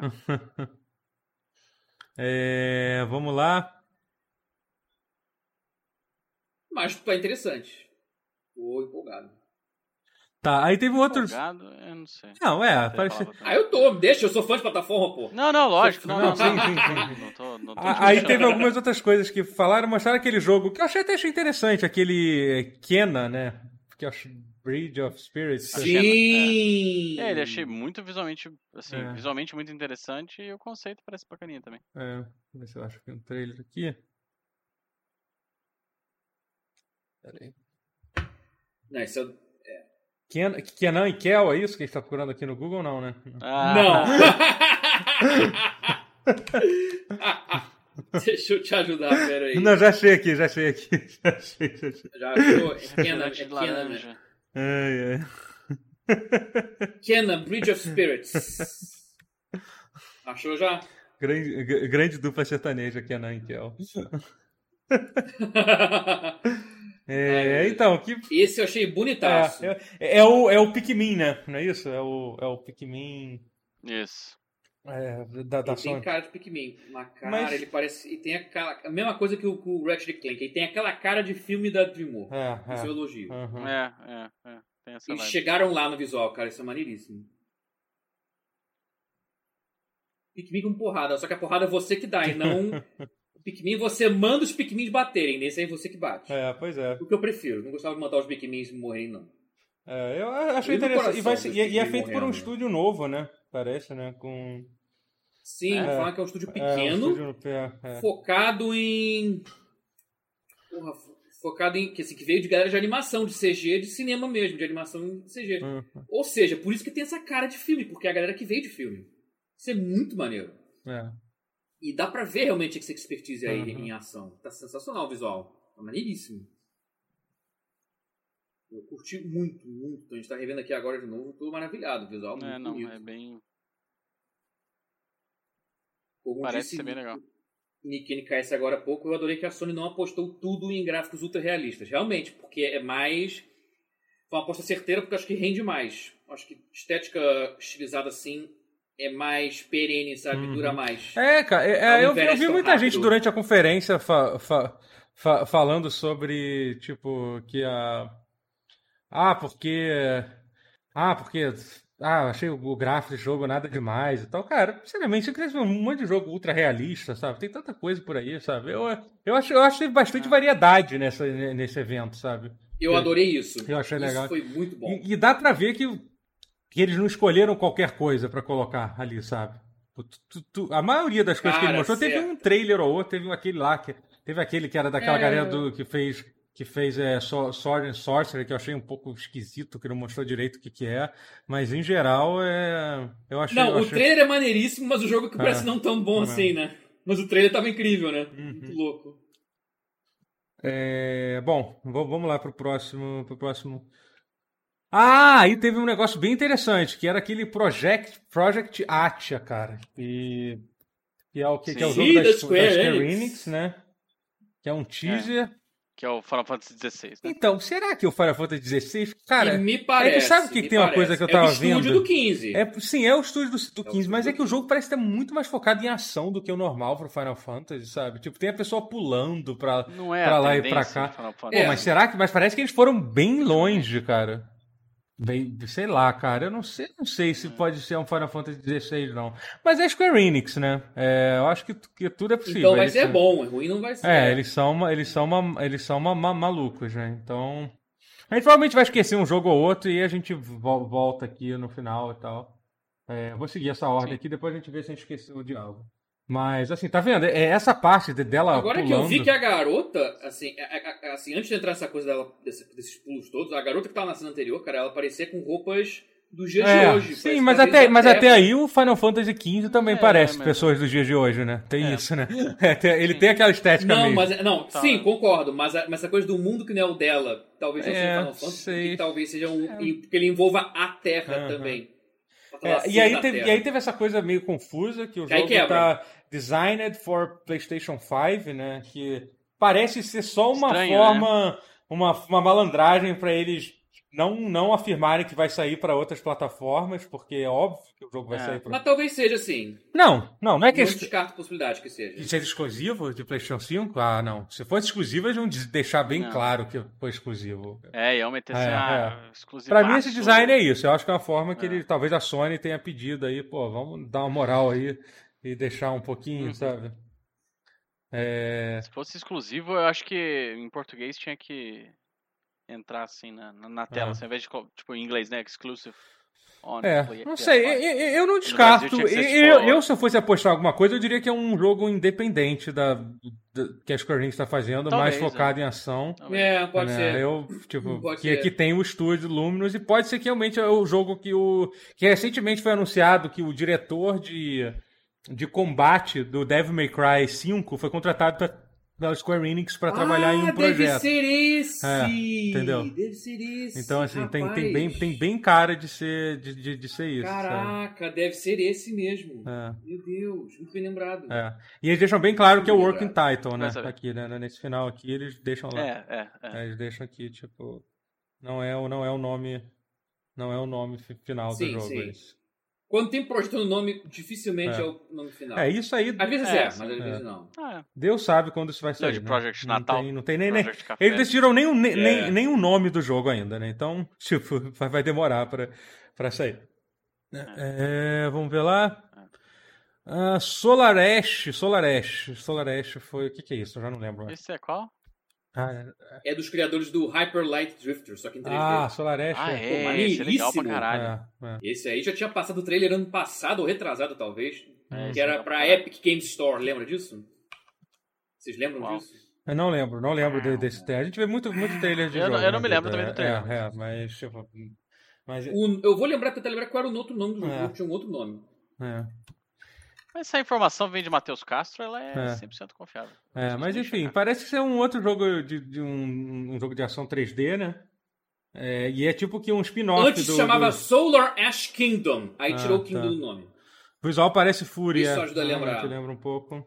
Vamos lá. Mas tá interessante. Tô empolgado. Tá, aí teve outro... Empolgado, eu não sei. Não, parece... eu sou fã de plataforma, pô. Não, lógico. Não, sim. Não tô aí teve algumas outras coisas que mostraram aquele jogo, que eu achei interessante, aquele Kena, né? Que eu acho Bridge of Spirits. Sim! Ele achei muito visualmente, visualmente muito interessante e o conceito parece bacaninha também. Deixa eu ver se eu acho que tem um trailer aqui. Peraí. Não, isso Kenan e Kel, é isso que a gente tá procurando aqui no Google? Não, né? Não! Deixa eu te ajudar, peraí. Não, já achei aqui. Já achei. Já achou? Kenan. Kenan, Bridge of Spirits. Achou já? Grande dupla sertaneja, Kenan e Kel. Então, esse eu achei bonitaço. É o Pikmin, né? Não é isso? É o Pikmin. Isso. Da Sony. Tem cara de Pikmin. Uma cara, ele parece. E tem a mesma coisa que o Ratchet & Clank. Ele tem aquela cara de filme da DreamWorks. Isso é elogio. Tem essa Eles chegaram lá no visual, cara. Isso é maneiríssimo. Pikmin com porrada. Só que a porrada é você que dá e não. Pikmin, você manda os Pikmins baterem. Nesse aí é você que bate. Pois é. O que eu prefiro. Não gostava de mandar os Pikmins morrerem, não. Eu achei interessante. E é feito por um estúdio novo, né? Parece, né? Sim, falam que é um estúdio pequeno. Focado em... Focado em... Que veio de galera de animação, de CG, de cinema mesmo. De animação de CG. Ou seja, por isso que tem essa cara de filme. Porque é a galera que veio de filme. Isso é muito maneiro. E dá pra ver realmente essa expertise aí em ação. Tá sensacional o visual. Tá maneiríssimo. Eu curti muito. A gente tá revendo aqui agora de novo. Tô maravilhado. O visual muito bonito. É bem... Como parece ser bem legal. Nick NKS agora há pouco, eu adorei que a Sony não apostou tudo em gráficos ultra realistas. Realmente, porque é mais... Foi uma aposta certeira porque eu acho que rende mais. Eu acho que estética estilizada assim... É mais perene, sabe? Dura mais. Cara, eu vi muita gente durante a conferência falando sobre, tipo, que achei o gráfico do jogo nada demais e tal. Cara, sinceramente, um monte de jogo ultra realista, sabe? Tem tanta coisa por aí, sabe? Eu achei bastante variedade nesse evento, sabe? Eu adorei isso. Eu achei legal. Isso foi muito bom. E dá pra ver que eles não escolheram qualquer coisa pra colocar ali, sabe? A maioria das coisas que ele mostrou, teve um trailer ou outro, teve aquele que era daquela galera que fez Sword and Sorcery, que eu achei um pouco esquisito, que não mostrou direito o que é, mas em geral eu achei... o trailer é maneiríssimo, mas o jogo que parece não tão bom assim, né? Mas o trailer tava incrível, né? Muito louco. Bom, vamos lá pro próximo... aí teve um negócio bem interessante, que era aquele Project Atia, cara. Que é o que é o jogo da Square Enix, né? Que é um teaser. Que é o Final Fantasy XVI, né? Então, será que o Final Fantasy XVI... Cara, me parece, que sabe que tem uma coisa que eu tava vendo? É o estúdio do 15. Sim, é o estúdio do 15, mas é que o jogo parece estar muito mais focado em ação do que o normal pro Final Fantasy, sabe? Tipo, tem a pessoa pulando pra lá e pra cá. Pô, mas será que... Mas parece que eles foram bem longe, cara. Sei lá, cara, eu não sei se pode ser um Final Fantasy XVI, não. Mas é Square Enix, né? Eu acho que tudo é possível. Então vai ser bom, ruim não vai ser. Eles são malucos, né? Então, a gente provavelmente vai esquecer um jogo ou outro e a gente volta aqui no final e tal. Vou seguir essa ordem aqui, depois a gente vê se a gente esqueceu de algo. Mas, assim, tá vendo? Essa parte dela agora pulando... que eu vi que a garota, assim, antes de entrar nessa coisa dela, desses pulos todos, a garota que tava na cena anterior, cara, ela parecia com roupas dos dias de hoje. Sim, mas até aí o Final Fantasy XV também parece pessoas dos dias de hoje, né? Tem isso, né? Ele tem aquela estética mesmo. Sim, concordo, mas essa coisa do mundo que não é o dela, talvez não seja Final Fantasy, e talvez seja porque ele envolva a Terra também. E aí teve essa coisa meio confusa, que o jogo tá designed for PlayStation 5, né? Que parece ser só uma forma, né? uma malandragem para eles não afirmarem que vai sair para outras plataformas, porque é óbvio que o jogo vai sair para... Mas talvez seja assim. Não é que... Não descarto a possibilidade que seja. De ser exclusivo de PlayStation 5? Ah, não. Se fosse exclusivo, eles vão deixar bem claro que foi exclusivo. Iam meter exclusivo. Pra mim, esse design é isso. Eu acho que é uma forma que talvez a Sony tenha pedido aí, pô, vamos dar uma moral aí e deixar um pouquinho, sabe? Se fosse exclusivo, eu acho que em português tinha que entrar assim na tela, assim, ao invés de, tipo, em inglês, né? Exclusive. Não sei, eu não descarto. Se eu fosse apostar alguma coisa, eu diria que é um jogo independente que a Square Enix está fazendo, mais focado em ação. Pode ser. Que tem o estúdio Luminous, e pode ser que realmente é o jogo que recentemente foi anunciado que o diretor de combate do Devil May Cry 5 foi contratado da Square Enix para trabalhar em um projeto. Deve ser esse! Entendeu? Deve ser esse. Então, assim, tem bem cara de ser isso. Caraca, sabe? Deve ser esse mesmo. Meu Deus, muito bem lembrado. E eles deixam bem claro que é o Working Title, né? Aqui, né? Nesse final aqui, eles deixam lá. Eles deixam aqui, tipo, não é o nome final do jogo. Sim. Quando tem projeto no nome, dificilmente é o nome final. Isso aí. Às vezes mas às vezes não. Deus sabe quando isso vai sair. De Project Natal. Não tem nem. Eles decidiram nem o nome do jogo ainda, né? Então, tipo, vai demorar pra sair. Vamos ver lá. Solar Ash foi... O que é isso? Eu já não lembro. Esse é qual? É dos criadores do Hyper Light Drifter, só que em 3D. Solar Ash. Esse é legal pra caralho. Esse aí já tinha passado o trailer ano passado, ou retrasado talvez, que era pra Epic Games Store, lembra disso? Vocês lembram disso? Eu não lembro desse trailer. A gente vê muito trailer de jogo. Eu não me lembro também do trailer. Mas tipo... Eu vou tentar lembrar qual era o outro nome do jogo, tinha um outro nome. Mas essa informação vem de Matheus Castro, ela é 100% confiável. Mas enfim, parece ser um outro jogo de um jogo de ação 3D, né? E é tipo que um spin-off Antes chamava Solar Ash Kingdom, aí tirou o Kingdom do nome. O visual parece Fúria. Isso ajuda a lembrar. Lembra um pouco.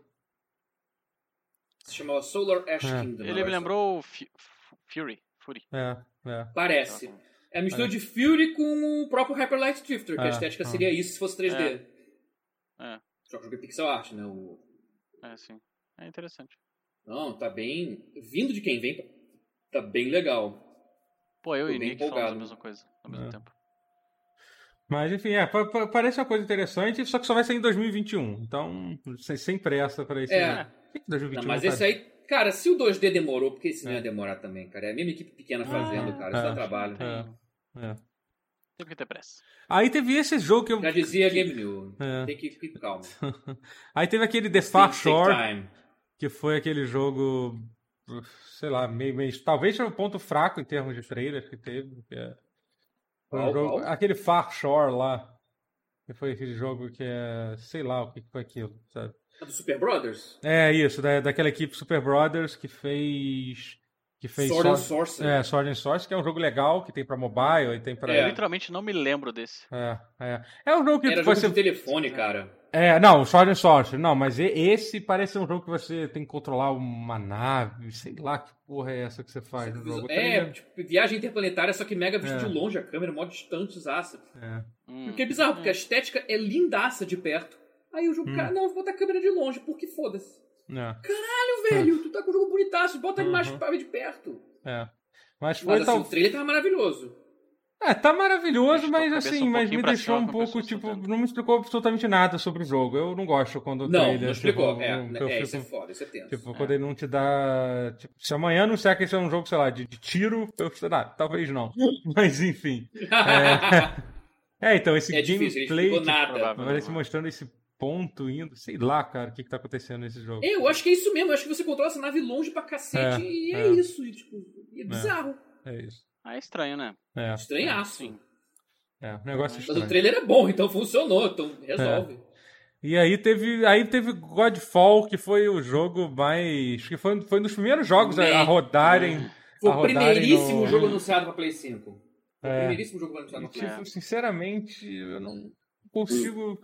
Se chamava Solar Ash Kingdom. Ele me lembrou Fury. Parece. É a mistura de Fury com o próprio Hyper Light Drifter, que a estética seria isso se fosse 3D. Só que o jogo é pixel art, né? Sim. É interessante. Não, tá bem... Vindo de quem vem, tá bem legal. Pô, eu e o Nick falamos a mesma coisa ao mesmo tempo. Mas, enfim, parece uma coisa interessante, só que só vai sair em 2021. Então, sem pressa pra isso. 2021 não, mas esse aí... Cara, se o 2D demorou, porque esse não ia demorar também, cara. É a mesma equipe pequena fazendo, cara. Isso dá trabalho. Tem que ter pressa. Aí teve esse jogo que eu... Já dizia Game New. Tem que ir calma. Aí teve aquele The Far Shore, que foi aquele jogo, sei lá, meio... Talvez seja o ponto fraco em termos de trailer que teve. Aquele Far Shore lá, que foi aquele jogo que é... Sei lá o que foi aquilo, sabe? É do Super Brothers? Isso, daquela equipe Super Brothers que fez Sword and Sorcery. Sword and Sorcery, que é um jogo legal, que tem pra mobile e tem pra... Eu literalmente não me lembro desse. É um jogo que... Era jogo de telefone, cara. Não, Sword and Sorcery. Não, mas esse parece um jogo que você tem que controlar uma nave, sei lá que porra é essa que você faz no jogo. Tipo, viagem interplanetária, só que mega vista de longe, a câmera, mó distante, zaça. O que é bizarro, porque a estética é lindaça de perto. Aí o jogo, cara, não, vou botar a câmera de longe, porque foda-se. Caralho, velho, tu tá com o jogo bonitaço, bota a imagem pra ver de perto. Mas assim, o trailer tava maravilhoso. Tá maravilhoso, mas assim, mas me deixou um pouco, tipo, não me explicou absolutamente nada sobre o jogo. Eu não gosto quando o trailer... Não explicou, isso é foda, isso é tenso. Tipo, quando ele não te dá... Tipo, se amanhã anunciar que esse é um jogo, sei lá, de tiro, talvez não. Mas enfim. Então, esse gameplay... Parece mostrando esse ponto indo, sei lá, cara, o que tá acontecendo nesse jogo. Eu acho que é isso mesmo, eu acho que você controla essa nave longe pra cacete e é isso. E, tipo, é bizarro. É isso. É estranho, né? Estranhaço. Sim. Um negócio estranho. Mas o trailer é bom, então funcionou, então resolve. E aí teve Godfall, que foi o jogo mais... que foi um dos primeiros jogos a rodarem... Foi o primeiríssimo jogo anunciado pra Play 5. Foi o primeiríssimo jogo anunciado pra Play 5. Sinceramente, eu não consigo...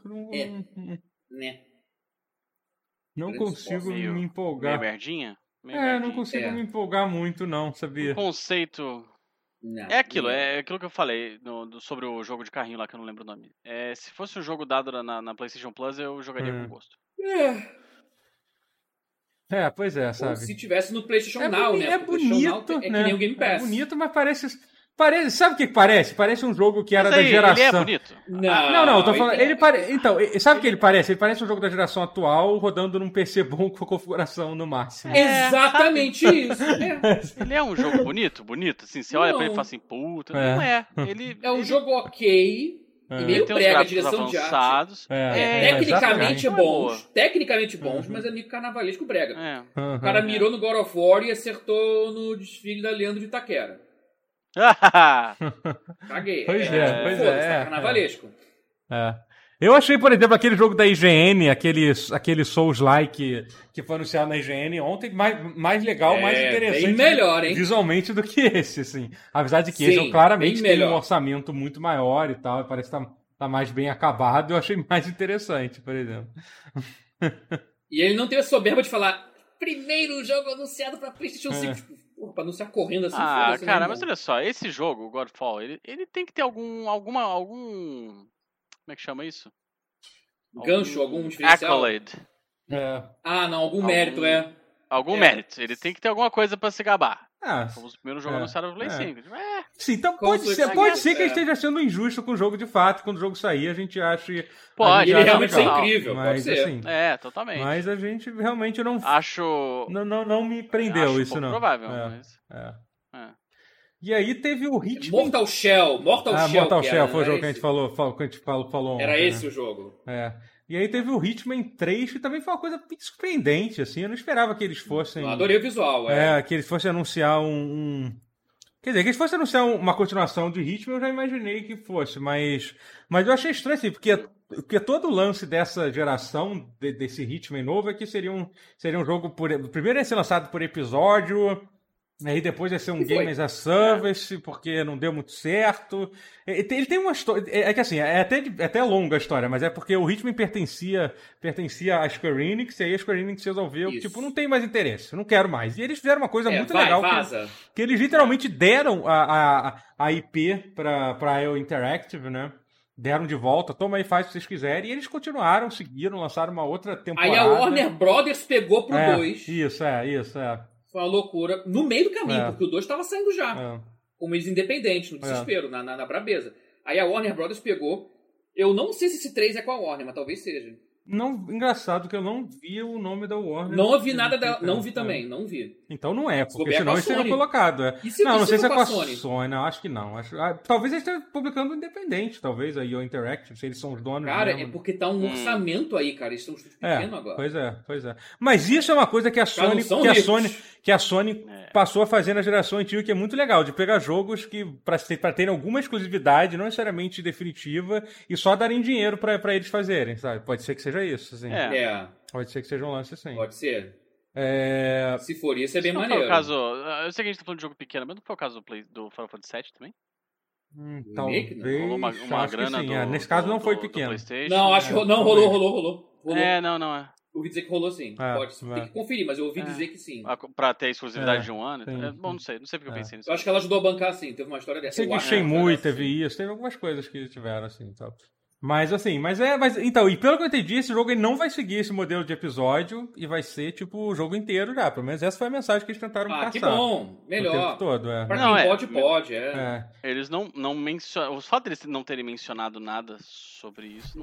Não consigo me empolgar. Meio merdinha? Não consigo me empolgar muito, não, sabia? O conceito... É aquilo que eu falei sobre o jogo de carrinho lá, que eu não lembro o nome. Se fosse um jogo dado na PlayStation Plus, eu jogaria com gosto. Pois é, sabe? Ou se tivesse no PlayStation Now, né? É bonito, é que nem o Game Pass. É bonito, mas parece... Sabe o que parece? Parece um jogo que era da geração... Ele é bonito? Não, eu tô falando... Então, sabe o que ele parece? Ele parece um jogo da geração atual rodando num PC bom com a configuração no máximo. Exatamente isso. Ele é um jogo bonito, assim, você olha pra ele e fala assim, puta, não é. É um jogo ok, e meio prega, a direção de arte. Tecnicamente bons, mas é meio carnavalesco brega. O cara mirou no God of War e acertou no desfile da Leandro de Itaquera. Caguei. Pois é. Tá carnavalesco. Eu achei, por exemplo, aquele jogo da IGN, aquele Souls-like que foi anunciado na IGN ontem, mais legal, mais interessante bem melhor, hein? Visualmente do que esse, assim. Apesar de que esse claramente tem um orçamento muito maior e tal, parece que tá mais bem acabado, eu achei mais interessante, por exemplo. E ele não teve a soberba de falar primeiro jogo anunciado pra PlayStation 5, pra anunciar correndo assim. Cara, mas olha só, esse jogo, o Godfall, ele tem que ter algum... Como é que chama isso? Gancho, algum diferencial? Accolade. Algum mérito, Algum mérito. Ele tem que ter alguma coisa pra se gabar. Fomos o primeiro jogo anunciado no Play 5. Sim, então pode ser que ele esteja sendo injusto com o jogo de fato. Quando o jogo sair, a gente acha... Pode, ele realmente é incrível, mas, pode ser. Assim, totalmente. Mas a gente realmente não... Acho... Não me prendeu acho isso, não. Provável, mas... E aí teve o Hitman... Mortal Shell foi o jogo que a gente falou ontem. Era esse o jogo. E aí teve o Hitman 3, que também foi uma coisa bem surpreendente, assim. Eu não esperava que eles fossem... Eu adorei o visual, que eles fossem anunciar Quer dizer, que eles fossem anunciar uma continuação de Hitman, eu já imaginei que fosse. Mas eu achei estranho, assim, porque todo o lance dessa geração, desse Hitman novo, é que seria um jogo... Primeiro ia ser lançado por episódio... Aí depois ia ser um Game as a Service, porque não deu muito certo. Ele tem uma história... É que assim, é até longa a história, mas é porque o Hitman pertencia à Square Enix, e aí a Square Enix resolveu, não tem mais interesse, não quero mais. E eles fizeram uma coisa muito legal, que eles literalmente deram a IP pra IO Interactive, né? Deram de volta, toma aí, faz o que vocês quiserem, e eles continuaram, seguiram, lançaram uma outra temporada. Aí a Warner Brothers pegou pro 2. Isso. Foi uma loucura. No meio do caminho, porque o 2 estava saindo já. Como eles independentes, no desespero, na brabeza. Aí a Warner Brothers pegou. Eu não sei se esse 3 é com a Warner, mas talvez seja. Engraçado que eu não vi o nome da Warner. Não vi nada dela. Não vi também, não vi. Então não é, porque senão eles teriam colocado. Não sei se é com a Sony. Não, acho que não. Talvez eles estejam publicando independente, talvez, a IO Interactive, se eles são os donos. Cara, é porque tá um orçamento aí, cara. Eles estão um estúdio pequeno agora. Pois é. Mas isso é uma coisa que a Sony passou a fazer na geração antiga, que é muito legal, de pegar jogos que pra terem alguma exclusividade, não necessariamente definitiva, e só darem dinheiro pra eles fazerem, sabe? Pode ser que seja isso, assim. Pode ser que seja um lance assim. Pode ser. Se for isso, é bem maneiro. Eu sei que a gente tá falando de jogo pequeno, mas não foi o caso do Final Fantasy VII também? Talvez. Rolou uma grana sim. Nesse caso não foi pequeno. Não, acho que não rolou. Não é. Ouvi dizer que rolou sim. Tem que conferir, mas eu ouvi dizer que sim. Pra ter exclusividade de um ano? Bom, não sei porque eu pensei nisso. Eu acho que ela ajudou a bancar sim, teve uma história dessa. Sei que Shenmue teve isso, teve algumas coisas que tiveram assim, sabe? Mas assim, então, e pelo que eu entendi, esse jogo ele não vai seguir esse modelo de episódio e vai ser tipo o jogo inteiro já. Pelo menos essa foi a mensagem que eles tentaram passar. Que bom, melhor. O tempo todo, Pra quem pode. Eles não mencionam. O fato deles não terem mencionado nada sobre isso.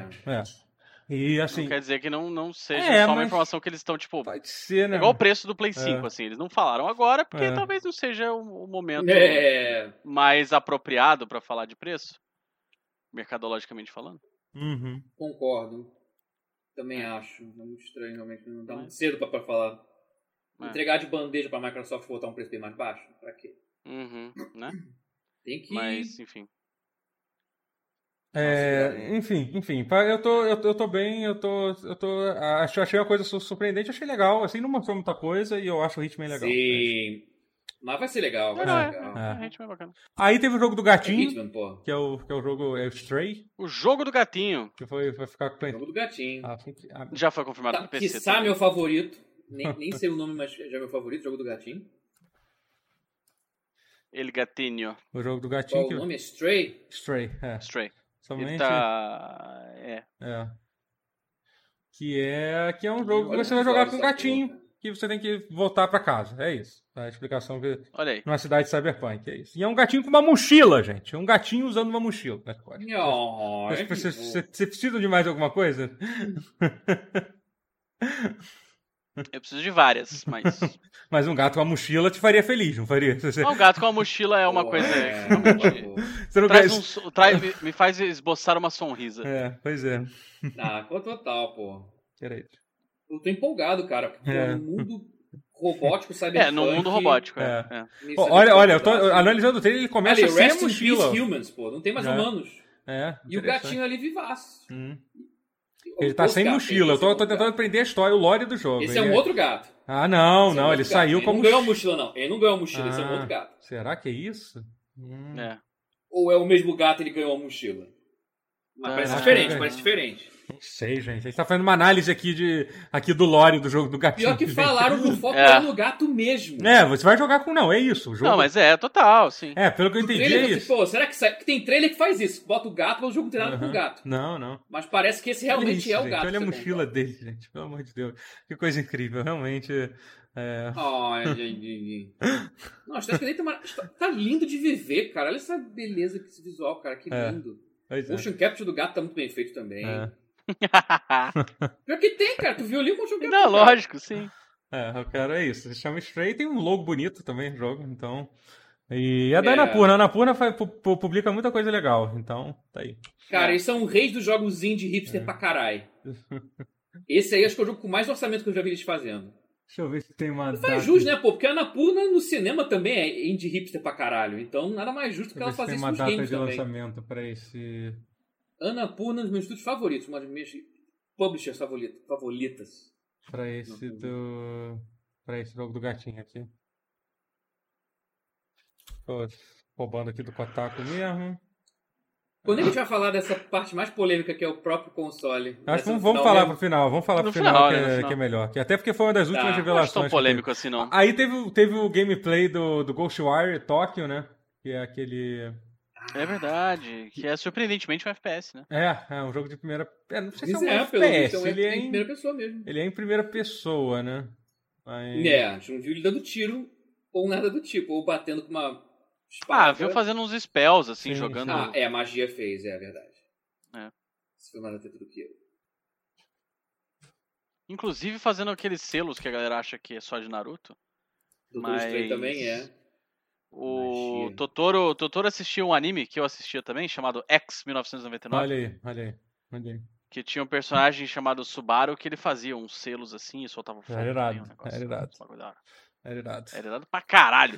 E assim. Não quer dizer que não seja só uma informação que eles estão, tipo. Pode ser, né? É igual o preço do Play 5, assim. Eles não falaram agora, porque talvez não seja o momento mais apropriado pra falar de preço. Mercadologicamente falando. Concordo. Também acho. É muito estranho, realmente. Não dá muito cedo pra falar. Entregar de bandeja pra Microsoft botar um preço bem mais baixo? Pra quê? Né? Tem que... Mas, enfim. Enfim, eu tô bem, achei uma coisa surpreendente, achei legal, assim, não mostrou muita coisa e eu acho o Hitman legal. Sim, mas vai ser legal, O Hitman é bacana. Aí teve o jogo do gatinho, Hitman, pô. que é o jogo, o Stray. O jogo do gatinho. Que vai ficar com o jogo do gatinho. Já foi confirmado no PC. Quiçá meu favorito, nem sei o nome, mas já é meu favorito, jogo do gatinho. El Gatinho. O jogo do gatinho. Qual o nome? É Stray? Stray. Somente... Ele tá... Que é um jogo que você vai jogar com um gatinho, que você tem que voltar pra casa. É isso. A explicação que... Olha aí. Numa cidade cyberpunk, é isso. E é um gatinho com uma mochila, gente. É um gatinho usando uma mochila. Você precisa de mais alguma coisa? Eu preciso de várias, mas... Mas um gato com uma mochila te faria feliz, não faria? Um gato com uma mochila é uma coisa que me faz esboçar uma sonrisa. Pois é. Total, pô. Peraí. Eu tô empolgado, cara. Porque no mundo robótico, cyberpunk... no mundo robótico, Olha, eu tô analisando o trailer, ele começa sem a mochila. Rest in peace, humans, pô. Não tem mais humanos. E o gatinho ali vivaço. Ele tá sem mochila. Eu tô tentando aprender a história, o lore do jogo. Esse é um outro gato. Não. Ele saiu com a mochila. Ele não ganhou a mochila, não. Ele não ganhou a mochila, esse é um outro gato. Será que é isso? Ou é o mesmo gato e ele ganhou a mochila? Mas parece diferente. Não sei, gente. A gente tá fazendo uma análise aqui do lore do jogo do gatinho. Pior que falaram do foco no gato mesmo. Você vai jogar com... Não, é isso. O jogo... Não, mas total, sim. Pelo que eu entendi é isso. Pô, será que tem trailer que faz isso? Bota o gato, mas o jogo não tem nada com o gato. Não. Mas parece que esse realmente é o gato. Olha a mochila dele, gente. Pelo amor de Deus. Que coisa incrível. Realmente... Nossa, tá lindo de viver, cara. Olha essa beleza que esse visual, cara. Que lindo. O motion capture do gato tá muito bem feito também. Pior que tem, cara. Tu viu ali o motion capture? Não, lógico, sim. Eu quero isso. Se chama Stray, tem um logo bonito também no jogo, então... E é da Annapurna. A Annapurna publica muita coisa legal, então tá aí. Cara, eles são reis dos jogos indie hipster pra caralho. Esse aí acho que é o jogo com mais orçamento que eu já vi eles fazendo. Deixa eu ver se tem uma... Não faz justo, né, pô? Porque a Annapurna no cinema também é indie hipster pra caralho. Então nada mais justo que ela fazer isso nos games também. Tem uma data de lançamento pra esse... Annapurna, um dos meus estúdios favoritos. Uma das minhas publishers favoritas. Pra esse jogo do gatinho aqui. Tô roubando aqui do Kotaku mesmo. Quando a gente vai falar dessa parte mais polêmica que é o próprio console? Acho que vamos falar pro final. Vamos falar pro final, que é melhor. Até porque foi uma das últimas revelações. Não é tão polêmico assim, não. Aí teve o gameplay do Ghostwire Tokyo, né? Que é aquele... É verdade. Que é surpreendentemente um FPS, né? É um jogo de primeira... não sei se é um FPS. Então ele é em primeira pessoa mesmo. Ele é em primeira pessoa, né? A gente não viu ele dando tiro ou nada do tipo. Ou batendo com uma... viu fazendo uns spells, assim, jogando... a magia fez, é verdade. Isso foi mais até do que eu. Inclusive fazendo aqueles selos que a galera acha que é só de Naruto. Doutor Estranho também é. O Totoro assistiu um anime que eu assistia também, chamado X 1999. Olha aí. Que tinha um personagem chamado Subaru que ele fazia uns selos assim e soltava fogo. Era irado. Era irado pra caralho.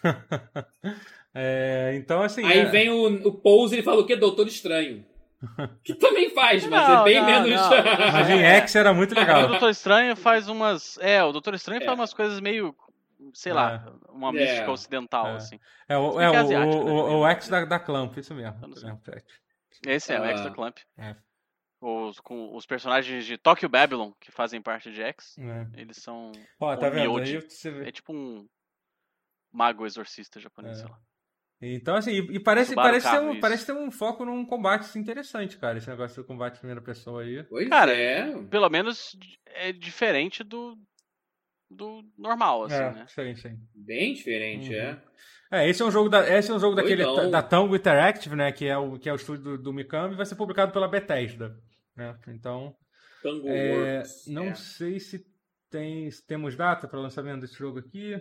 Então, assim... Aí vem o Pose e ele fala o quê? Doutor Estranho. Que também faz, mas é bem menos... Mas em X era muito legal. O Doutor Estranho faz umas... o Doutor Estranho faz umas coisas meio sei lá, uma mística ocidental, assim. O X da Clamp, isso mesmo. Esse é o X da Clamp. Com os personagens de Tokyo Babylon, que fazem parte de X, eles são... Tá vendo? Aí é tipo um mago exorcista japonês, sei lá. Então, assim, e parece ter um foco num combate interessante, cara, esse negócio do combate em primeira pessoa aí. Pois cara, pelo menos é diferente do normal, assim, né? Sim. Bem diferente, esse é um jogo da Tango Interactive, né, que é o estúdio do Mikami, e vai ser publicado pela Bethesda, né? Então, Tango Works, não sei se temos data para o lançamento desse jogo aqui.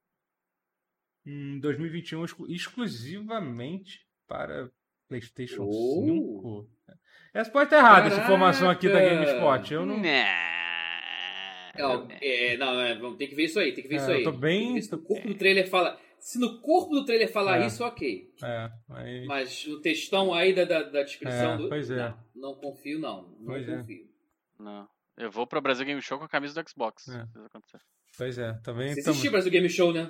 2021 exclusivamente para PlayStation 5. Essa pode estar errada, essa informação aqui da GameSpot. Eu não. Vamos ter que ver isso aí. Eu tô bem. Se no corpo do trailer fala. Se no corpo do trailer falar isso, ok. Mas no textão aí da descrição do. Pois é. Não confio, não. Não confio. Não. Eu vou pra Brasil Game Show com a camisa do Xbox. Se isso acontecer. Pois é, também. Se existir Brasil Game Show, né?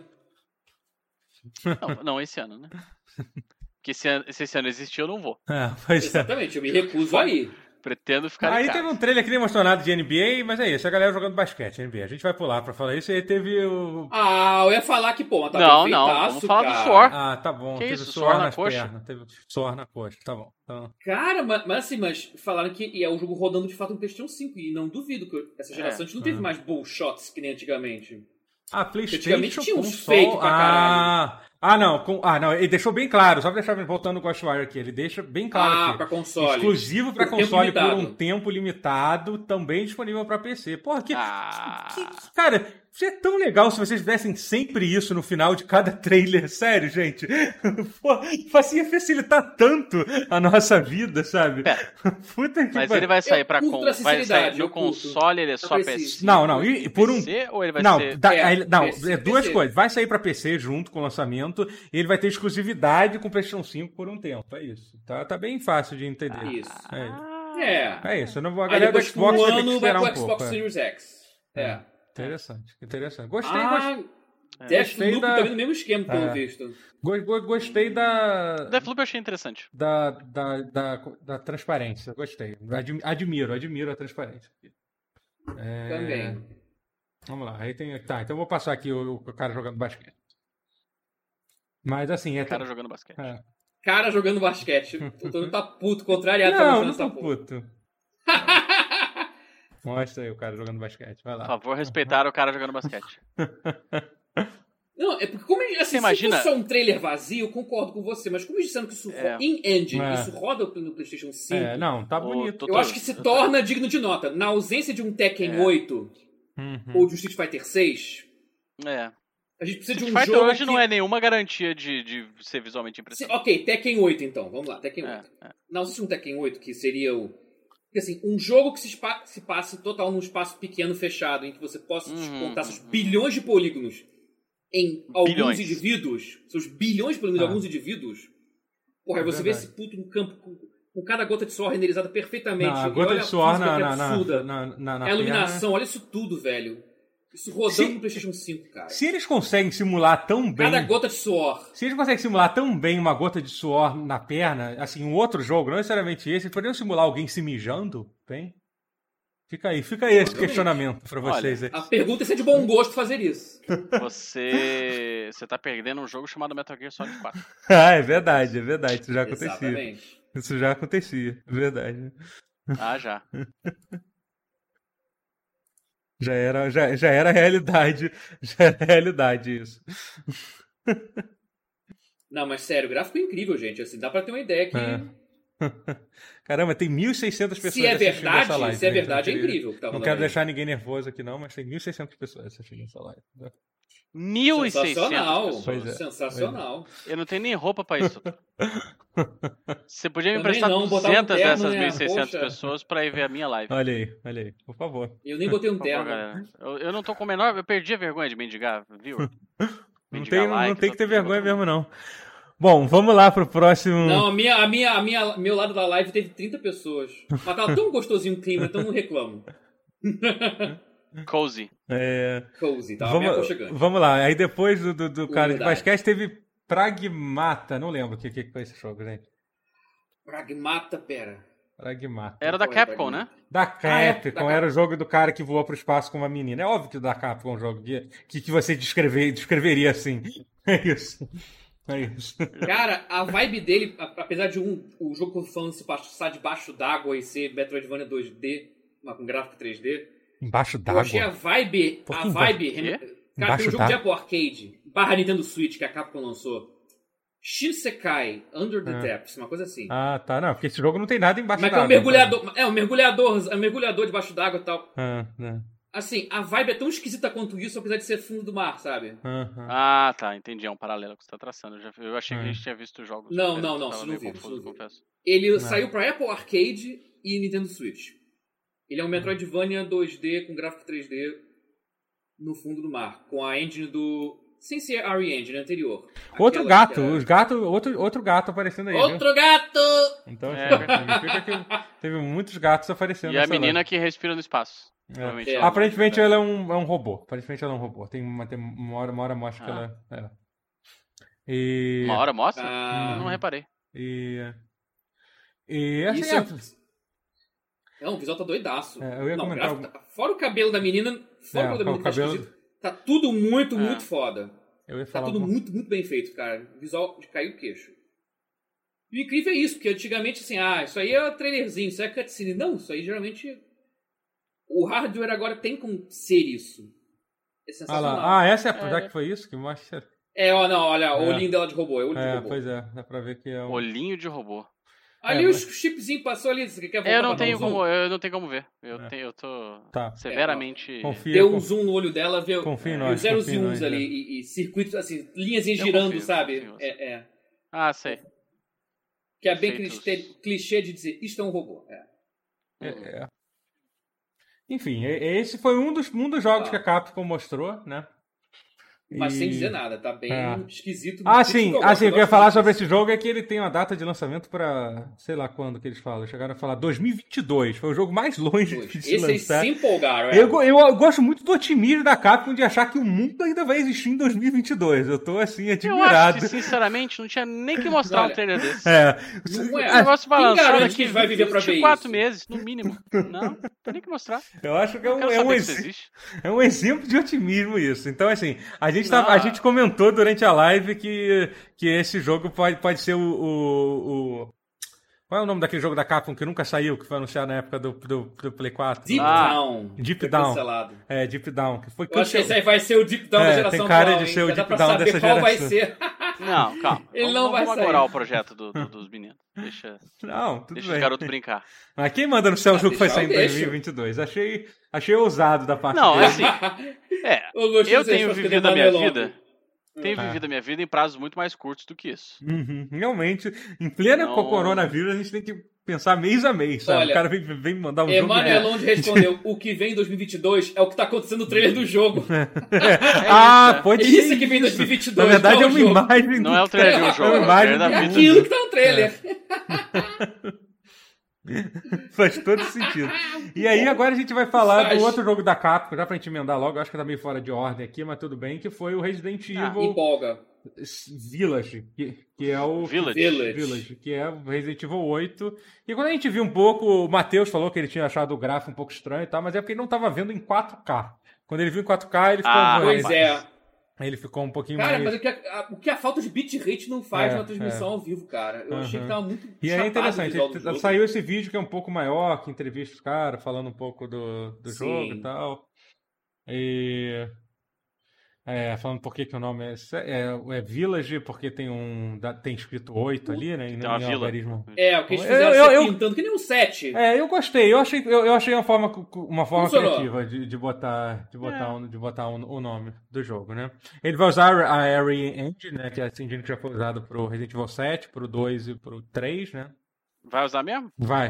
Não, esse ano, né? Porque se esse ano existir, eu não vou. Exatamente, eu me recuso a ir. Pretendo ficar em casa. Teve um trailer que nem mostrou nada de NBA, mas é isso, a galera jogando basquete, NBA. A gente vai pular pra falar isso, e aí teve o... eu ia falar que, pô, mas tá não, vamos falar do suor. Tá bom. Que teve isso, suor na coxa? Pernas, teve suor na coxa, tá bom. Então... Cara, mas falaram que é o jogo rodando de fato no PlayStation 5, e não duvido que essa geração a gente não teve mais bullshots que nem antigamente. PlayStation antigamente tinha uns fake pra caralho. Não, ele deixou bem claro, só pra deixar voltando o Ghostwire aqui, ele deixa bem claro aqui. Pra console. Exclusivo pra console por um tempo limitado, também disponível pra PC. Porra, cara, isso é tão legal se vocês dessem sempre isso no final de cada trailer, sério, gente. Pô, ia facilitar tanto a nossa vida, sabe? Puta que mas ele vai sair pra vai sair no console, ele é só PC? Não, e por PC, ou ele vai ser... duas coisas. Vai sair pra PC junto com o lançamento, e ele vai ter exclusividade com o PlayStation 5 por um tempo. É isso. Tá bem fácil de entender. Isso. É isso. A galera do Xbox vai ter que esperar um pouco. Xbox Series X. Interessante. Gostei. Deathloop também no mesmo esquema, pelo visto. Gostei da... Deathloop eu achei interessante. Da transparência. Gostei. Admiro a transparência. Também. Vamos lá. Aí tem... Tá, então eu vou passar aqui o cara jogando basquete. Mas assim... Cara jogando basquete. Cara jogando basquete. O Tony tá puto, contrariado. Não tô puto. Mostra aí o cara jogando basquete, vai lá. Por favor, respeitar o cara jogando basquete. Não, é porque como assim, imagina... se fosse só um trailer vazio, eu concordo com você, mas como eles disseram que isso in-engine, isso roda no PlayStation 5... não, tá bonito. Eu acho que se torna digno de nota. Na ausência de um Tekken 8 ou de um Street Fighter 6... A gente precisa de um Fighter jogo hoje não é nenhuma garantia de ser visualmente impressionante. Ok, Tekken 8 então, vamos lá, Tekken 8. Na ausência de um Tekken 8, que seria o... Assim, um jogo que se passe total num espaço pequeno, fechado, em que você possa contar seus bilhões de polígonos em alguns indivíduos, seus bilhões de polígonos em alguns indivíduos, porra, aí você vê esse puto no campo com cada gota de suor renderizada perfeitamente. A gota de suor a iluminação, olha isso tudo, velho. Isso rodando no PlayStation 5, cara. Se eles conseguem simular tão bem... Cada gota de suor. Se eles conseguem simular tão bem uma gota de suor na perna, assim, um outro jogo, não necessariamente esse, poderiam simular alguém se mijando, bem? Fica aí esse questionamento pra vocês. Olha, a pergunta é se é de bom gosto fazer isso. Você tá perdendo um jogo chamado Metal Gear Solid 4. É verdade. Isso já acontecia. Exatamente. Isso já acontecia, é verdade. Já. Já era realidade. Já era realidade isso. Não, mas sério, o gráfico é incrível, gente. Assim, dá pra ter uma ideia que... Caramba, tem 1.600 pessoas se é verdade, essa live. Se é verdade, é incrível. Não quero deixar ninguém nervoso aqui não, mas tem 1.600 pessoas assistindo essa live. 1.600 pessoas. Sensacional. Eu não tenho nem roupa pra isso. Você podia me emprestar 200 dessas 1.600 pessoas pra ir ver a minha live. Olha aí, por favor. Eu nem botei um terno. Eu não tô com o menor... Eu perdi a vergonha de mendigar, viu? Não tem que ter vergonha mesmo, não. Bom, vamos lá pro próximo... Não, meu lado da live teve 30 pessoas. Mas tava tão gostosinho o clima, então não reclamo. Cozy. Cozy, tava bem aconchegante. Vamos lá, aí depois do cara de basquete teve Pragmata, não lembro o que foi esse jogo, gente. Pragmata, pera. Pragmata. Era da Capcom, né? Da Capcom, era o jogo do cara que voou pro espaço com uma menina. É óbvio que da Capcom é um jogo que você descreveria assim. É isso. Cara, a vibe dele, apesar de o jogo que eu tô falando se passar debaixo d'água e ser Metroidvania 2D, mas com gráfico 3D. Embaixo d'água? Eu achei a vibe... Cara, tem um jogo de Apple Arcade, / Nintendo Switch, que a Capcom lançou. Shinsekai, Under the Depths, uma coisa assim. Ah, tá. Não, porque esse jogo não tem nada embaixo d'água. Mas é um mergulhador. É um mergulhador debaixo d'água e tal. Não. Assim, a vibe é tão esquisita quanto isso, apesar de ser fundo do mar, sabe? Ah, tá. Entendi. É um paralelo que você tá traçando. Eu achei que a gente tinha visto jogos. Não, você não viu. Confesso. Ele saiu pra Apple Arcade e Nintendo Switch. Ele é um Metroidvania 2D com gráfico 3D no fundo do mar. Com a engine do... Sem ser a RE-Engine anterior. Outro gato. Outro gato aparecendo aí. Outro gato! Então, significa que teve muitos gatos aparecendo. E a menina que respira no espaço. Aparentemente ela é um robô. Tem uma hora mostra que ela Uma hora mostra? Não reparei. Assim, o visual tá doidaço. Eu ia comentar fora o cabelo da menina, o cabelo tá tudo muito foda. Tá tudo muito, muito bem feito, cara. Visual de cair o queixo. E o incrível é isso, porque antigamente assim, isso aí é trailerzinho, isso aí é cutscene. Não, isso aí geralmente... O hardware agora tem como ser isso. É sensacional. Essa é a já que foi isso que mostra. Olha, o olhinho dela de robô. É olho de robô. Pois é, dá pra ver que é um... Olhinho de robô. Ali os chipzinhos passou ali. Você quer voltar eu não tenho como ver. Eu tô severamente... Deu um zoom no olho dela, viu? Confia em nós. Os zeros e uns ali. E circuitos, assim, linhas girando, sabe? Sei. Que é bem clichê de dizer, isto é um robô. Enfim, esse foi um dos jogos que a Capcom mostrou, né? Mas sem dizer nada, tá bem esquisito. Sim, o que eu ia falar sobre esse jogo é que ele tem uma data de lançamento pra, sei lá quando que eles falam, chegaram a falar 2022, foi o jogo mais longe de se lançar. Esse se empolgaram, Eu gosto muito do otimismo da Capcom de achar que o mundo ainda vai existir em 2022, eu tô assim, admirado. Eu acho que, sinceramente, não tinha nem que mostrar um trailer desse. Não é. O negócio balançando aqui vai viver pra ver 4 meses, no mínimo. Não tem nem que mostrar. Eu acho que é um exemplo de otimismo isso. Então, assim, a gente comentou durante a live que esse jogo pode ser o... Qual é o nome daquele jogo da Capcom que nunca saiu, que foi anunciado na época do Play 4? Deep Down. Deep Down. Cancelado. Deep Down. Que foi eu acho que esse aí vai ser o Deep Down da geração tem cara atual, de ser o Deep Down dessa geração. Vai ser. Não, calma. Ele não vai sair. Vamos agora o projeto dos meninos. Deixa bem. O garoto brincar. Mas quem manda no céu o jogo que vai sair em 2022? Achei ousado da parte dele. Assim... eu tenho vivido a minha vida... Tenho vivido a minha vida em prazos muito mais curtos do que isso. Realmente, em plena coronavírus, a gente tem que pensar mês a mês, sabe? Olha, o cara vem mandar um jogo... Emanuel Londe respondeu, o que vem em 2022 é o que tá acontecendo no trailer do jogo. Pode ser isso que vem em 2022. Na verdade é uma imagem... Não é o trailer do jogo, é uma imagem é aquilo que tá no trailer. Faz todo sentido. E aí agora a gente vai falar do outro jogo da Capcom, já pra gente emendar logo, acho que tá meio fora de ordem aqui, mas tudo bem, que foi o Resident Evil Village, que é o Village, que é o Resident Evil 8. E quando a gente viu um pouco, o Matheus falou que ele tinha achado o gráfico um pouco estranho e tal, mas é porque ele não tava vendo em 4K. Quando ele viu em 4K, ele ficou... Ele ficou um pouquinho mais... Cara, mas o que a falta de bitrate não faz na transmissão ao vivo, cara. Eu achei que tava muito E é interessante, saiu esse vídeo que é um pouco maior, que entrevista os caras, falando um pouco do jogo e tal. E... falando por que o nome é Village, porque tem escrito 8 ali, né? E tem uma vila. O que eles fizeram pintando, que nem um 7. Eu gostei. Eu achei uma forma criativa de botar o nome do jogo, né? Ele vai usar a RE Engine, né? Que é a engine que já foi usada pro Resident Evil 7, pro 2 e pro 3, né? Vai usar mesmo? Vai.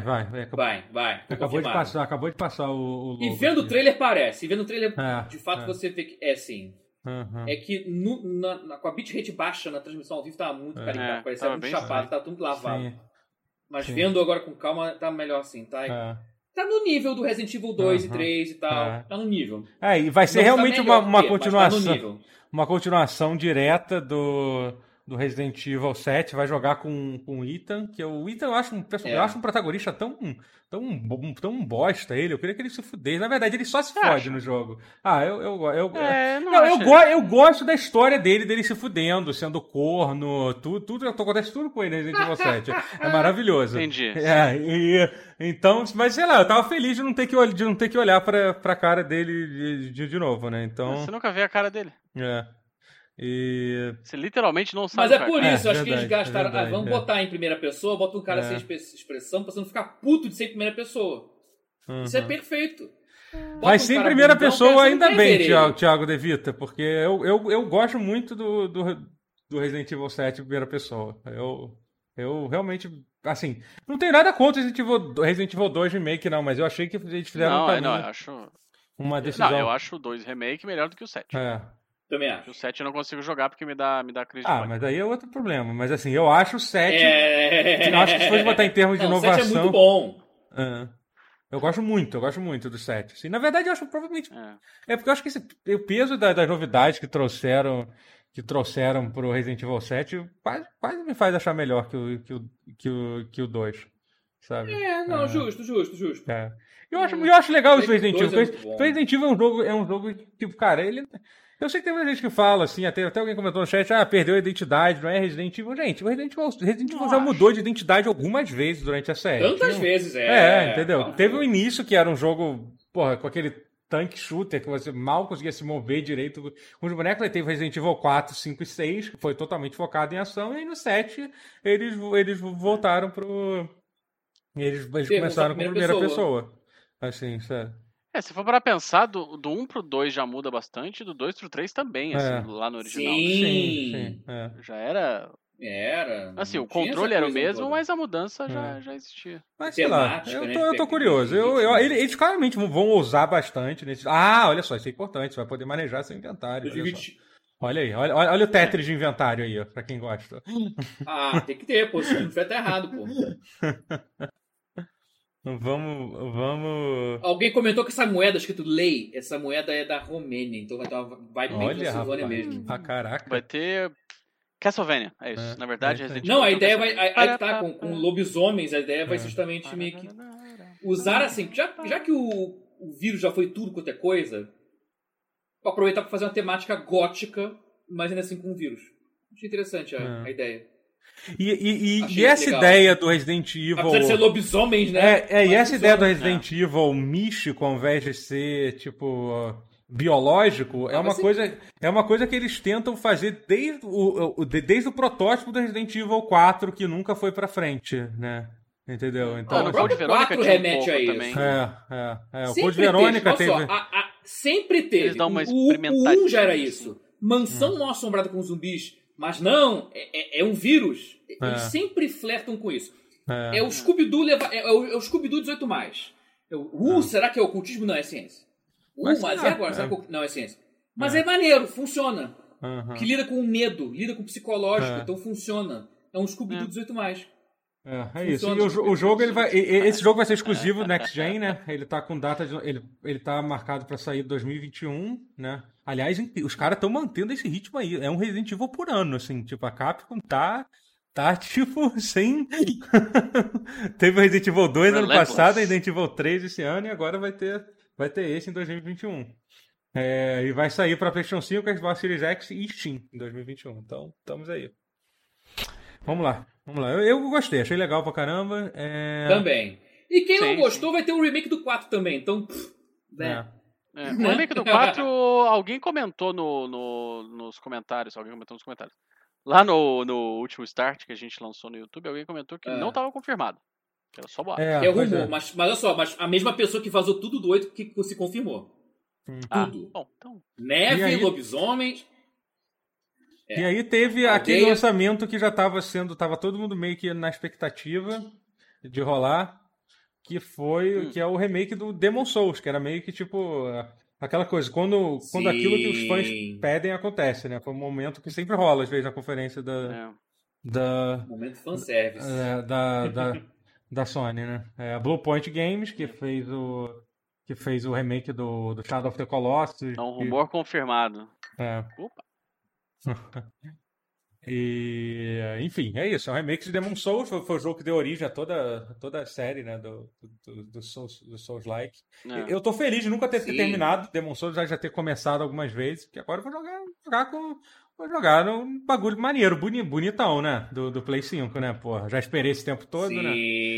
Vai. Acabou de passar o logo. E vendo o trailer parece. E vendo o trailer, de fato, você vê que é sim. É que com a bitrate baixa na transmissão ao vivo tava muito caricato, parecia muito chapado, tava tudo lavado. Mas vendo agora com calma, tá melhor assim, tá Tá no nível do Resident Evil 2 e 3 e tal. Tá no nível. E vai ser realmente uma continuação. Tá no nível. Uma continuação direta do Resident Evil 7, vai jogar com o Ethan, que o Ethan eu acho um protagonista tão bosta ele, eu queria que ele se fudesse. Na verdade, ele só se fode no jogo. Eu gosto da história dele se fudendo, sendo corno, tudo acontece tudo com ele no Resident Evil 7. É maravilhoso. Entendi. Então, mas sei lá, eu tava feliz de não ter que olhar pra cara dele de novo, né? Então... Você nunca vê a cara dele. Você literalmente não sabe. Mas é por isso, acho que eles gastaram. Vamos botar em primeira pessoa, bota um cara sem expressão, pra você não ficar puto de ser em primeira pessoa. Isso é perfeito. Mas sem primeira pessoa ainda bem, Thiago De Vita, porque eu gosto muito do Resident Evil 7 em primeira pessoa. Eu realmente, assim, não tenho nada contra o Resident Evil 2 Remake, não, mas eu achei que eles fizeram uma decisão. Não, eu acho o 2 Remake melhor do que o 7. Também acho. O 7 eu não consigo jogar porque me dá crise de pânico. Mas daí é outro problema. Mas assim, eu acho o 7... Eu acho que se fosse botar em termos de inovação... O 7 é muito bom. Eu gosto muito do 7. Assim, na verdade, eu acho provavelmente... porque eu acho que o peso das novidades que trouxeram pro Resident Evil 7 quase me faz achar melhor que o 2. Sabe? Justo. Eu acho legal isso do Resident Evil. O Resident Evil é um jogo tipo, cara, ele... Eu sei que tem muita gente que fala assim, até alguém comentou no chat, perdeu a identidade, não é Resident Evil. Gente, o Resident Evil já mudou de identidade algumas vezes durante a série. Tantas vezes, entendeu? Teve o início que era um jogo, com aquele tank shooter que você mal conseguia se mover direito com os bonecos. Aí teve Resident Evil 4, 5 e 6, que foi totalmente focado em ação, e aí no 7 eles voltaram pro... Eles começaram com a primeira pessoa. Assim, sério. Se for para pensar, do 1 pro 2 já muda bastante, do 2 pro 3 também, assim, lá no original. Sim. Já era... Assim, o controle era o mesmo, mas a mudança já existia. Mas sei lá, eu tô curioso. Eles claramente vão ousar bastante nesse... olha só, isso é importante, você vai poder manejar seu inventário. Olha aí, olha o Tetris de inventário aí, ó, pra quem gosta. Tem que ter, se não tiver tá errado, pô. Vamos... Alguém comentou que essa moeda escrito lei, essa moeda é da Romênia, então vai bem Transilvânia mesmo. Caraca. Vai ter Castlevania, é isso. Na verdade, Resident Evil. Não, a ideia vai... com lobisomens, a ideia vai ser justamente meio que usar assim, já que o vírus já foi tudo quanto é coisa, aproveitar para fazer uma temática gótica, mas ainda assim com o vírus. Achei interessante a ideia. E essa legal. Ideia do Resident Evil... Apesar de ser lobisomens, né? E essa ideia do Resident Evil místico, ao invés de ser, tipo, biológico, é uma coisa que eles tentam fazer desde o protótipo do Resident Evil 4, que nunca foi pra frente, né? Entendeu? Então, o Code Verônica remete a isso. Também. O Code Verônica teve... Sempre teve. Eles dão uma o 1 já era isso. Mansão mal assombrada com zumbis. Mas não, é um vírus. Eles sempre flertam com isso. É o Scooby-Doo o Scooby-Doo 18+. Será que é ocultismo? Não, é ciência. Mas agora, será que não é ciência? Mas é maneiro, funciona. Que lida com o medo, lida com o psicológico, então funciona. É um Scooby-Doo 18+. É isso. E o jogo, esse jogo vai ser exclusivo do Next Gen, né? Ele tá com data ele tá marcado pra sair em 2021, né? Aliás, os caras estão mantendo esse ritmo aí. É um Resident Evil por ano, assim. Tipo, a Capcom tá tipo, sem... Teve o Resident Evil 2 ano passado, Resident Evil 3 esse ano, e agora vai ter esse em 2021. E vai sair pra PlayStation 5, Xbox Series X e Steam em 2021. Então, estamos aí. Vamos lá. Eu gostei, achei legal pra caramba. Também. E quem não gostou vai ter um remake do 4 também, então... O remake do 4, alguém comentou nos comentários. Lá no último Start que a gente lançou no YouTube, alguém comentou que não estava confirmado. Que era só boato. É rumor, mas olha só, a mesma pessoa que vazou tudo do 8 que se confirmou. Tudo. Bom, então... Neve, lobisomens... E aí teve aquele lançamento que já tava todo mundo meio que na expectativa de rolar, que é o remake do Demon's Souls, que era meio que tipo aquela coisa, quando aquilo que os fãs pedem acontece, né? Foi um momento que sempre rola às vezes na conferência momento fanservice. da Sony, né? A Bluepoint Games, que fez o remake do Shadow of the Colossus. É um rumor confirmado. Opa. E, enfim, é isso. É um remake de Demon's Souls. Foi o jogo que deu origem a toda a série, né? Do Souls-like. Eu tô feliz de nunca ter terminado Demon's Souls, já ter começado algumas vezes, porque agora eu vou jogar num bagulho maneiro, bonitão, né? Do Play 5, né? Porra, já esperei esse tempo todo, né?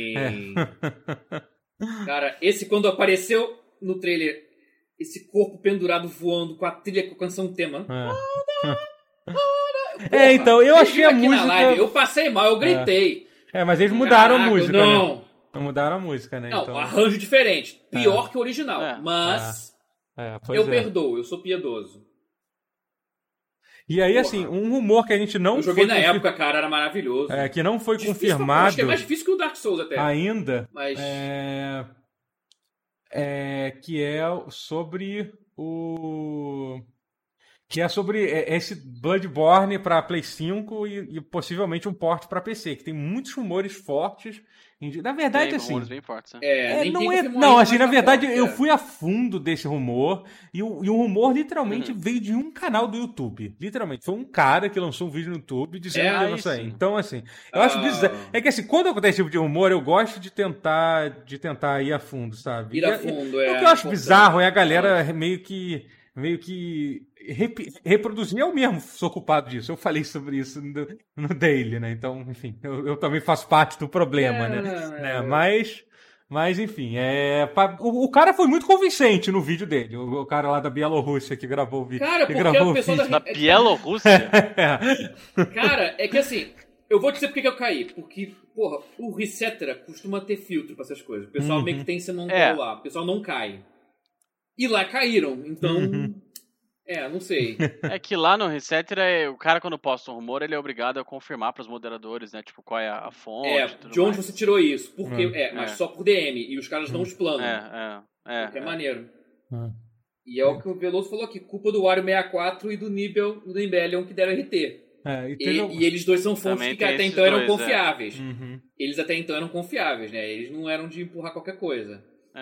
Cara, quando apareceu no trailer, esse corpo pendurado voando com a trilha, com a canção tema. Porra, então, eu achei a música... Live, eu passei mal, eu gritei. Mas eles mudaram a música, não. né? Mudaram a música, né? Não, então... arranjo diferente. Pior que o original. Mas eu perdoo, eu sou piedoso. E aí, assim, um rumor que a gente não... Eu joguei na época, cara, era maravilhoso. Que não foi confirmado... Acho que é mais difícil que o Dark Souls até. Ainda. Mas... que é sobre o... Que é sobre esse Bloodborne para Play 5 e possivelmente um port para PC, que tem muitos rumores fortes. Na verdade, assim... rumores bem fortes, né? Na verdade, eu fui a fundo desse rumor e o rumor literalmente veio de um canal do YouTube. Literalmente, foi um cara que lançou um vídeo no YouTube dizendo que isso aí. Então, assim, eu acho bizarro. É que, assim, quando acontece esse tipo de rumor, eu gosto de tentar ir a fundo, sabe? Ir a fundo, O que eu acho bizarro é a galera meio que reproduzir. Eu mesmo sou culpado disso. Eu falei sobre isso no Daily, né? Então, enfim, eu também faço parte do problema, né? Mas, enfim, o cara foi muito convincente no vídeo dele. O cara lá da Bielorrússia que gravou o vídeo. Cara, porque a pessoa da Bielorrússia? Cara, é que assim, eu vou dizer porque que eu caí. Porque, porra, o Resetera costuma ter filtro pra essas coisas. O pessoal meio que tem esse monopólio lá. O pessoal não cai. E lá caíram, então... não sei. É que lá no Resetera, o cara quando posta um rumor, ele é obrigado a confirmar pros moderadores, né? Tipo, qual é a fonte, de onde você tirou isso. Porque, mas só por DM. E os caras não explanam. Que é maneiro. E é o que o Veloso falou aqui. Culpa do Wario 64 e do Nibelion que deram RT. E eles dois são fontes que até então eram confiáveis. Eles até então eram confiáveis, né? Eles não eram de empurrar qualquer coisa.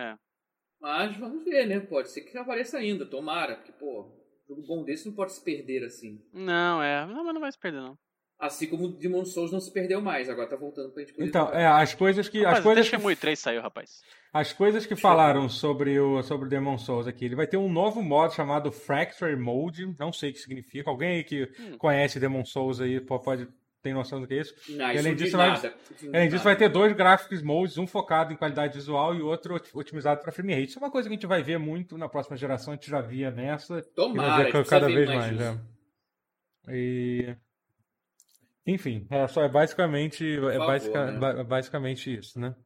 Mas vamos ver, né? Pode ser que apareça ainda, tomara. Porque, pô, jogo bom desse não pode se perder assim. Não, mas não vai se perder, não. Assim como o Demon's Souls não se perdeu mais, agora tá voltando pra gente poder Então, jogar. as coisas que... Rapaz, até Shenmue 3 saiu, rapaz. As coisas que falaram sobre o Demon's Souls aqui, ele vai ter um novo modo chamado Fracture Mode, não sei o que significa. Alguém aí que conhece Demon's Souls aí pode ter noção do que é isso? Não, e além disso, vai ter 2 graphics modes, um focado em qualidade visual e outro otimizado para frame rate. Isso é uma coisa que a gente vai ver muito na próxima geração, a gente já via nessa. Tomara, e vai ver cada vez mais. Enfim, basicamente isso, né?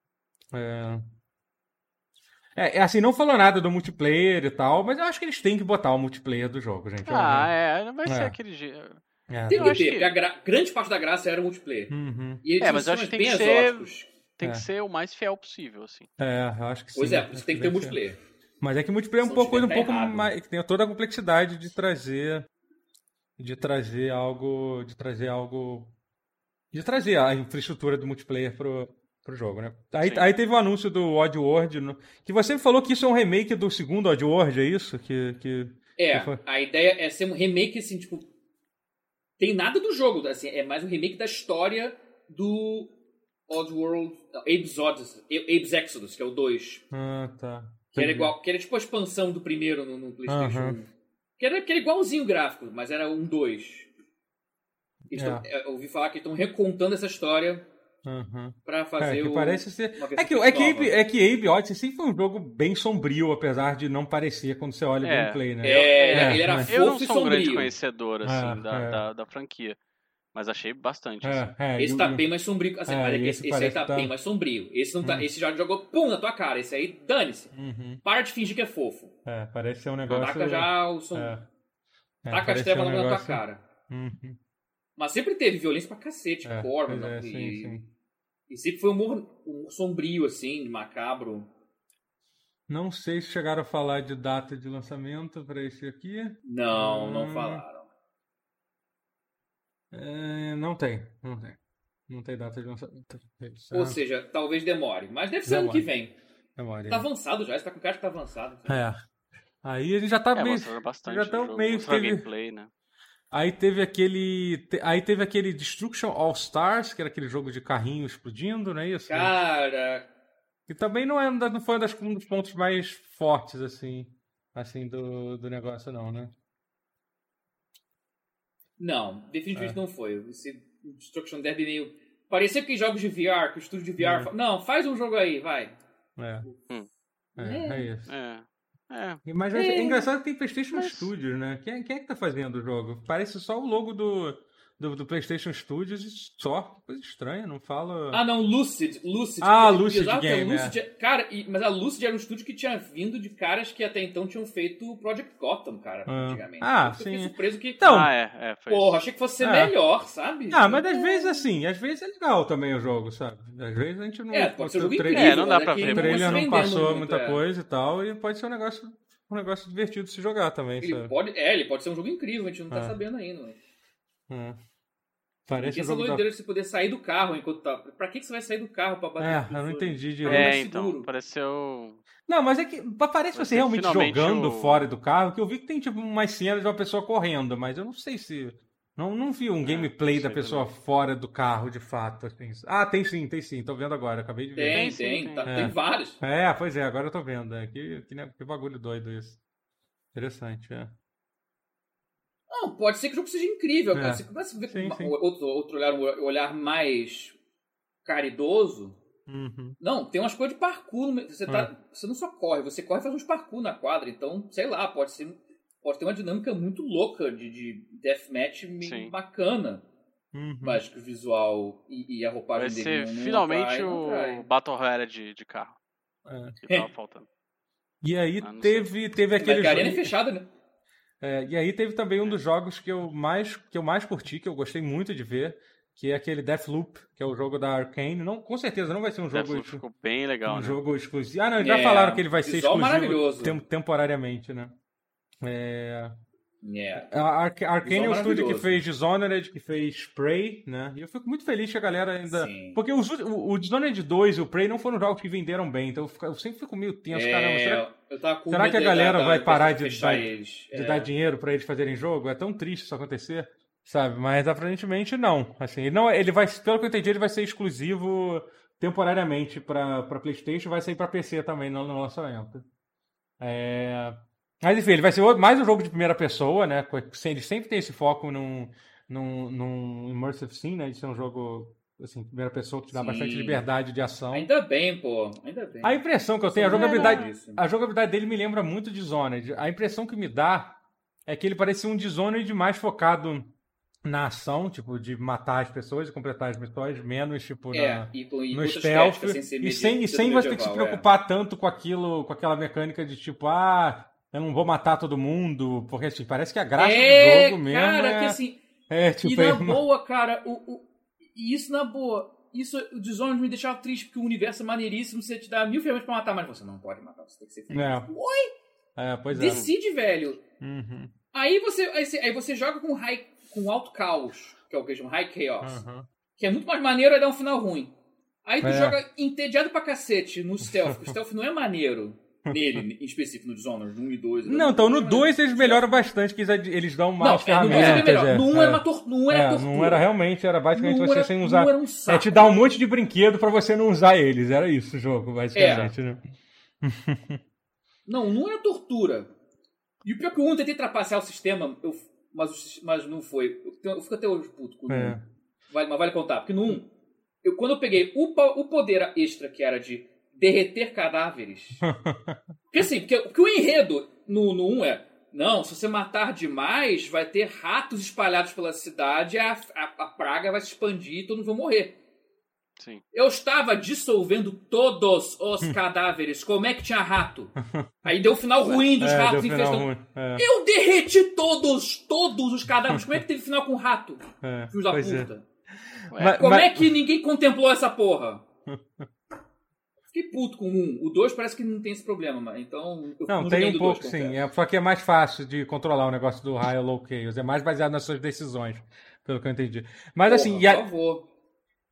Assim, não falou nada do multiplayer e tal, mas eu acho que eles têm que botar o multiplayer do jogo, gente. Não vai ser aquele jeito. Tem que ter, porque a grande parte da graça era o multiplayer. E mas eu acho que tem que ser o mais fiel possível, assim. Eu acho que sim. Pois é, por isso tem que ter multiplayer. Mas é que multiplayer é um pouco mais... que tem toda a complexidade de trazer a infraestrutura do multiplayer pro jogo, né? Aí teve o anúncio do Oddworld, que você me falou que isso é um remake do segundo Oddworld, é isso? A ideia é ser um remake, assim, tipo... Tem nada do jogo, assim, é mais um remake da história do Oddworld... Abe's Exodus, que é o 2. Tá. Que era tipo a expansão do primeiro no PlayStation 1. Que era igualzinho o gráfico, mas era um 2. Eu ouvi falar que estão recontando essa história pra fazer parece ser... É que Abe Odyssey sempre foi um jogo bem sombrio, apesar de não parecer quando você olha o gameplay, né? Ele era fofo e sombrio. Eu não sou um grande conhecedor, assim, da franquia. Mas achei bastante. Esse tá bem mais sombrio. Assim, esse aí tá bem mais sombrio. Esse não tá, esse já jogou pum na tua cara. Esse aí, dane-se. Para de fingir que é fofo. Parece ser um negócio... Taca já o som. Taca as trevas logo na tua cara. Mas sempre teve violência pra cacete. Corma. E sempre foi um humor sombrio, assim, macabro. Não sei se chegaram a falar de data de lançamento pra esse aqui. Não falaram. Não tem. Não tem data de lançamento. Ou seja, talvez demore. Mas deve ser ano que vem. Demore. Tá avançado já, você tá com cara que tá avançado. Aí a gente já tá meio... bastante. Já tá meio que teve... gameplay, né? Aí teve aquele Destruction All Stars, que era aquele jogo de carrinho explodindo, não é isso? Cara... Que também não foi um dos pontos mais fortes, assim do negócio, não, né? Não, definitivamente não foi. Esse Destruction Derby meio... Parecia que jogos de VR, que o estúdio de VR... Não, faz um jogo aí, vai. É isso. Mas É engraçado que tem PlayStation Studios, né? Quem é que tá fazendo o jogo? Parece só o logo do PlayStation Studios e só. Coisa estranha, não fala... Ah, não, Lucid. Lucid Game, Cara, mas a Lucid era um estúdio que tinha vindo de caras que até então tinham feito o Project Gotham, cara, antigamente. Eu fiquei surpreso que... Então, foi porra, achei que fosse ser melhor, sabe? Mas às vezes é legal também o jogo, sabe? Às vezes a gente não... pode ser um jogo incrível. Não dá pra ver. O trailer não passou muita coisa e tal, e pode ser um negócio divertido de se jogar também, sabe? Ele pode ser um jogo incrível, a gente não tá sabendo ainda. Parece essa doideira de você poder sair do carro enquanto tá... Pra que você vai sair do carro pra bater? Eu não entendi direito. Então, pareceu... Não, mas é que parece você realmente jogando fora do carro, que eu vi que tem tipo umas cenas de uma pessoa correndo, mas eu não sei se... Não vi um gameplay da pessoa fora do carro, de fato. Assim. Tem sim. Tô vendo agora, acabei de ver. Tem vários. Pois é, agora eu tô vendo. Que bagulho doido isso. Interessante, Não, pode ser que o jogo seja incrível, cara. Você começa a ver outro olhar mais caridoso. Não, tem umas coisas de parkour. Você não só corre, você corre e faz uns parkour na quadra. Então, sei lá, pode ter uma dinâmica muito louca de deathmatch bacana. Mas que o visual e a roupagem vai dele ser finalmente o Battle Royale de carro. Que tava faltando. E aí teve aquele jogo... A arena é fechada, né? E aí teve também um dos jogos que eu mais curti, que eu gostei muito de ver, que é aquele Deathloop, que é o jogo da Arcane. Não, com certeza não vai ser um jogo... Deathloop ficou bem legal, né? Jogo exclusivo. Eles já falaram que ele vai ser exclusivo temporariamente, né? A Arcane é o estúdio que fez Dishonored, que fez Prey, né? E eu fico muito feliz que a galera ainda... Sim. Porque o Dishonored 2 e o Prey não foram jogos que venderam bem, então eu sempre fico meio tenso. Caramba, será que a galera vai parar de dar dinheiro pra eles fazerem jogo? É tão triste isso acontecer, sabe? Mas aparentemente não. Assim, ele vai, pelo que eu entendi, ele vai ser exclusivo temporariamente pra PlayStation e vai sair pra PC também no lançamento. Mas enfim, ele vai ser mais um jogo de primeira pessoa, né? Ele sempre tem esse foco num Immersive Sim, né? De ser um jogo, assim, primeira pessoa que te dá bastante liberdade de ação. Ainda bem, pô. Ainda bem. A impressão que eu tenho, a jogabilidade dele me lembra muito de Dishonored. A impressão que me dá é que ele parece um Dishonored mais focado na ação, tipo, de matar as pessoas e completar as missões, menos, tipo, no stealth. E sem você ter que se preocupar tanto com aquela mecânica de, tipo, eu não vou matar todo mundo, porque assim, parece que a graça do jogo mesmo cara, que assim... tipo, e na boa, cara, isso o Dishonored me deixava triste, porque o universo é maneiríssimo, você te dá 1000 ferramentas pra matar, mas você não pode matar, você tem que ser feliz. Oi? Pois Decide, velho. Aí você joga com alto caos, que é o que chama High Chaos, que é muito mais maneiro, aí dá um final ruim. Aí tu joga entediado pra cacete no Stealth, o Stealth não é maneiro. Nele, em específico, no Dishonored, no 1 e 2. Não, então no 2 eles melhoram bastante, que eles dão mais ferramentas. No 1 era uma tortura. Não era realmente, era basicamente você sem usar. Te dar um monte de brinquedo pra você não usar eles. Era isso o jogo, basicamente, né? Não era tortura. E o pior que o 1 tentei trapacear o sistema, mas não foi. Eu fico até hoje puto com o 1. Mas vale contar, porque no 1, quando eu peguei o poder extra que era de derreter cadáveres. Porque assim, porque o enredo no 1 não, se você matar demais, vai ter ratos espalhados pela cidade, a praga vai se expandir e todos vão morrer. Sim. Eu estava dissolvendo todos os cadáveres. Como é que tinha rato? Aí deu o final ruim dos ratos infestando. Eu derreti todos os cadáveres. Como é que teve final com rato? Filhos da puta. Como é que ninguém contemplou essa porra? Fiquei puto com o 1. O 2 parece que não tem esse problema, então... Não, tem um pouco, sim. Só que é mais fácil de controlar o negócio do High ou Low Chaos. É mais baseado nas suas decisões, pelo que eu entendi. Mas assim... Por favor.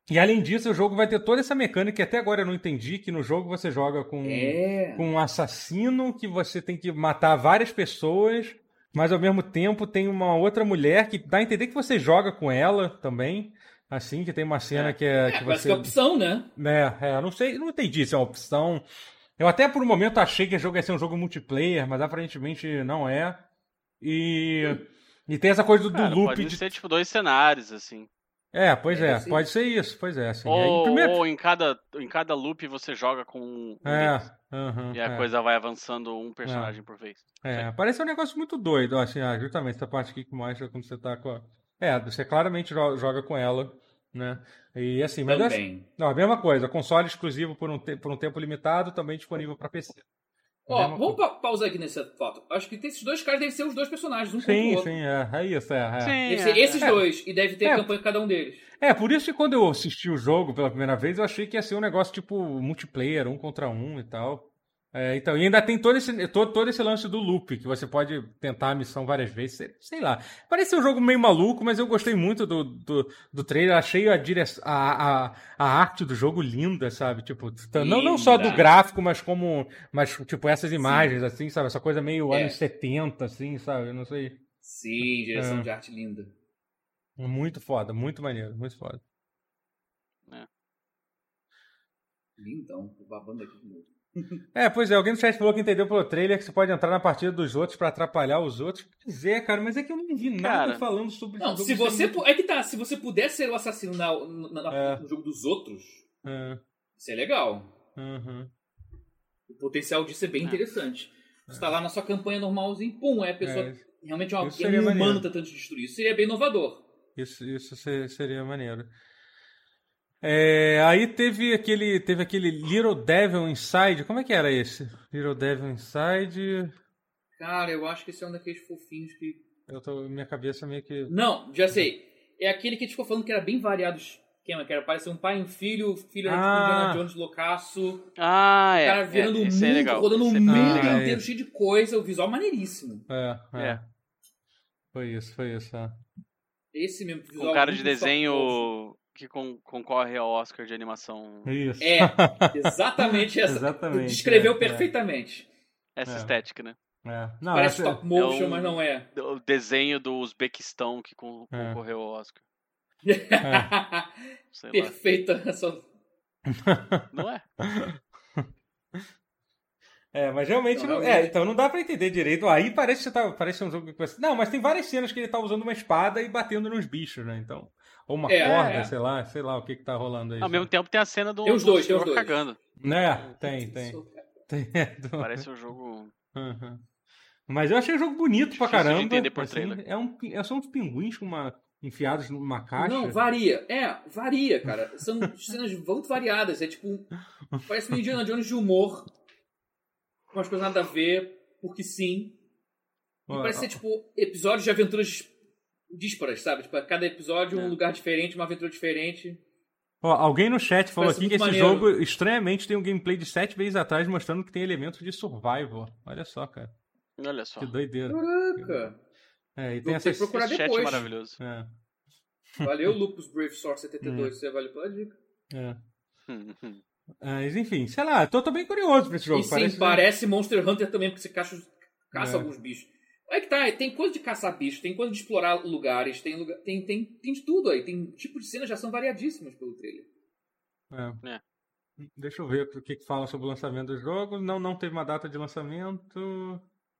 E além disso, o jogo vai ter toda essa mecânica que até agora eu não entendi, que no jogo você joga com um assassino, que você tem que matar várias pessoas, mas ao mesmo tempo tem uma outra mulher que dá a entender que você joga com ela também. Assim, que tem uma cena que que você... é opção, né? Não sei, não entendi se é uma opção. Eu até por um momento achei que o jogo ia ser um jogo multiplayer, mas aparentemente não é. E tem essa coisa do loop. Pode ser tipo 2 cenários, assim. Pois pode ser isso, pois é. Assim. Ou em cada loop você joga com um deles. E a coisa vai avançando um personagem por vez. Parece um negócio muito doido, assim, justamente essa parte aqui que mostra quando você tá com a... você claramente joga com ela, né? E assim, mas não, a mesma coisa, console exclusivo por um tempo limitado, também disponível para PC. Vamos pausar aqui nessa foto. Acho que esses dois caras devem ser os dois personagens, um contra o outro. Sim, é isso, Deve ser esses dois, e deve ter campanha com cada um deles. Por isso que quando eu assisti o jogo pela primeira vez, eu achei que ia ser um negócio tipo multiplayer, 1 contra 1 e tal. Então, e ainda tem todo esse lance do loop, que você pode tentar a missão várias vezes, sei lá. Parece um jogo meio maluco, mas eu gostei muito do trailer, achei a arte do jogo linda, sabe? Tipo, não só do gráfico, mas tipo, essas imagens, assim, sabe? Essa coisa meio anos 70, assim, sabe? Eu não sei. Sim, direção de arte linda. Muito foda, muito maneiro, muito foda. Lindão, tô babando aqui de novo. Pois é, alguém no chat falou que entendeu pelo trailer que você pode entrar na partida dos outros pra atrapalhar os outros. Pois é, cara, mas é que eu não vi nada falando sobre não, esse se jogo. você se você puder ser o assassino no jogo dos outros, isso é legal. O potencial disso é bem interessante. Você tá lá na sua campanha normalzinho, pum, a pessoa realmente é um humano tentando te destruir. Isso seria bem inovador. Isso seria maneiro. Aí teve aquele Little Devil Inside. Como é que era esse? Little Devil Inside. Cara, eu acho que esse é um daqueles fofinhos que... Minha cabeça meio que... Não, já sei. É aquele que a gente ficou falando que era bem variado esquema, que era parecer um pai e um filho, o filho era tipo Indiana Jones loucaço. O cara virando o mundo, rodando um mundo inteiro cheio de coisa, o visual maneiríssimo. Foi isso. Esse mesmo visual. Um cara de desenho que concorre ao Oscar de animação. Isso. Exatamente essa. Exatamente. Descreveu perfeitamente. Essa estética, né? Não, parece stop motion, mas não é. O desenho do Uzbequistão que concorreu ao Oscar. Perfeita essa. Não é? Mas realmente não. Então não dá pra entender direito. Aí parece um jogo que... Não, mas tem várias cenas que ele tá usando uma espada e batendo nos bichos, né? Então. Ou uma corda, sei lá o que tá rolando aí. Ao mesmo tempo tem a cena do senhor cagando. Tem. Parece um jogo... Mas eu achei o jogo bonito pra caramba. De entender por trailer. São uns pinguins enfiados numa caixa. Não, varia. Varia, cara. São cenas muito variadas. É tipo... Parece um Indiana Jones de humor. Com umas coisas nada a ver. Porque sim. E parece ser tipo episódios de aventuras dísparas, sabe? Tipo, cada episódio um lugar diferente, uma aventura diferente. Alguém no chat falou aqui que esse jogo, estranhamente, tem um gameplay de 7 vezes atrás mostrando que tem elementos de survival. Olha só, cara. Olha só. Que doideira. Caraca. E tem esse procurar chat depois. Maravilhoso. Valeu, Lupus Brave Sword 72. Você valeu pela dica. Mas enfim, sei lá, tô bem curioso pra esse jogo. E parece Monster Hunter também, porque você caça alguns bichos. É que tá, tem coisa de caçar bichos, tem coisa de explorar lugares, tem de tudo aí. Tem tipo de cenas já são variadíssimas pelo trailer. Deixa eu ver o que fala sobre o lançamento do jogo. Não teve uma data de lançamento.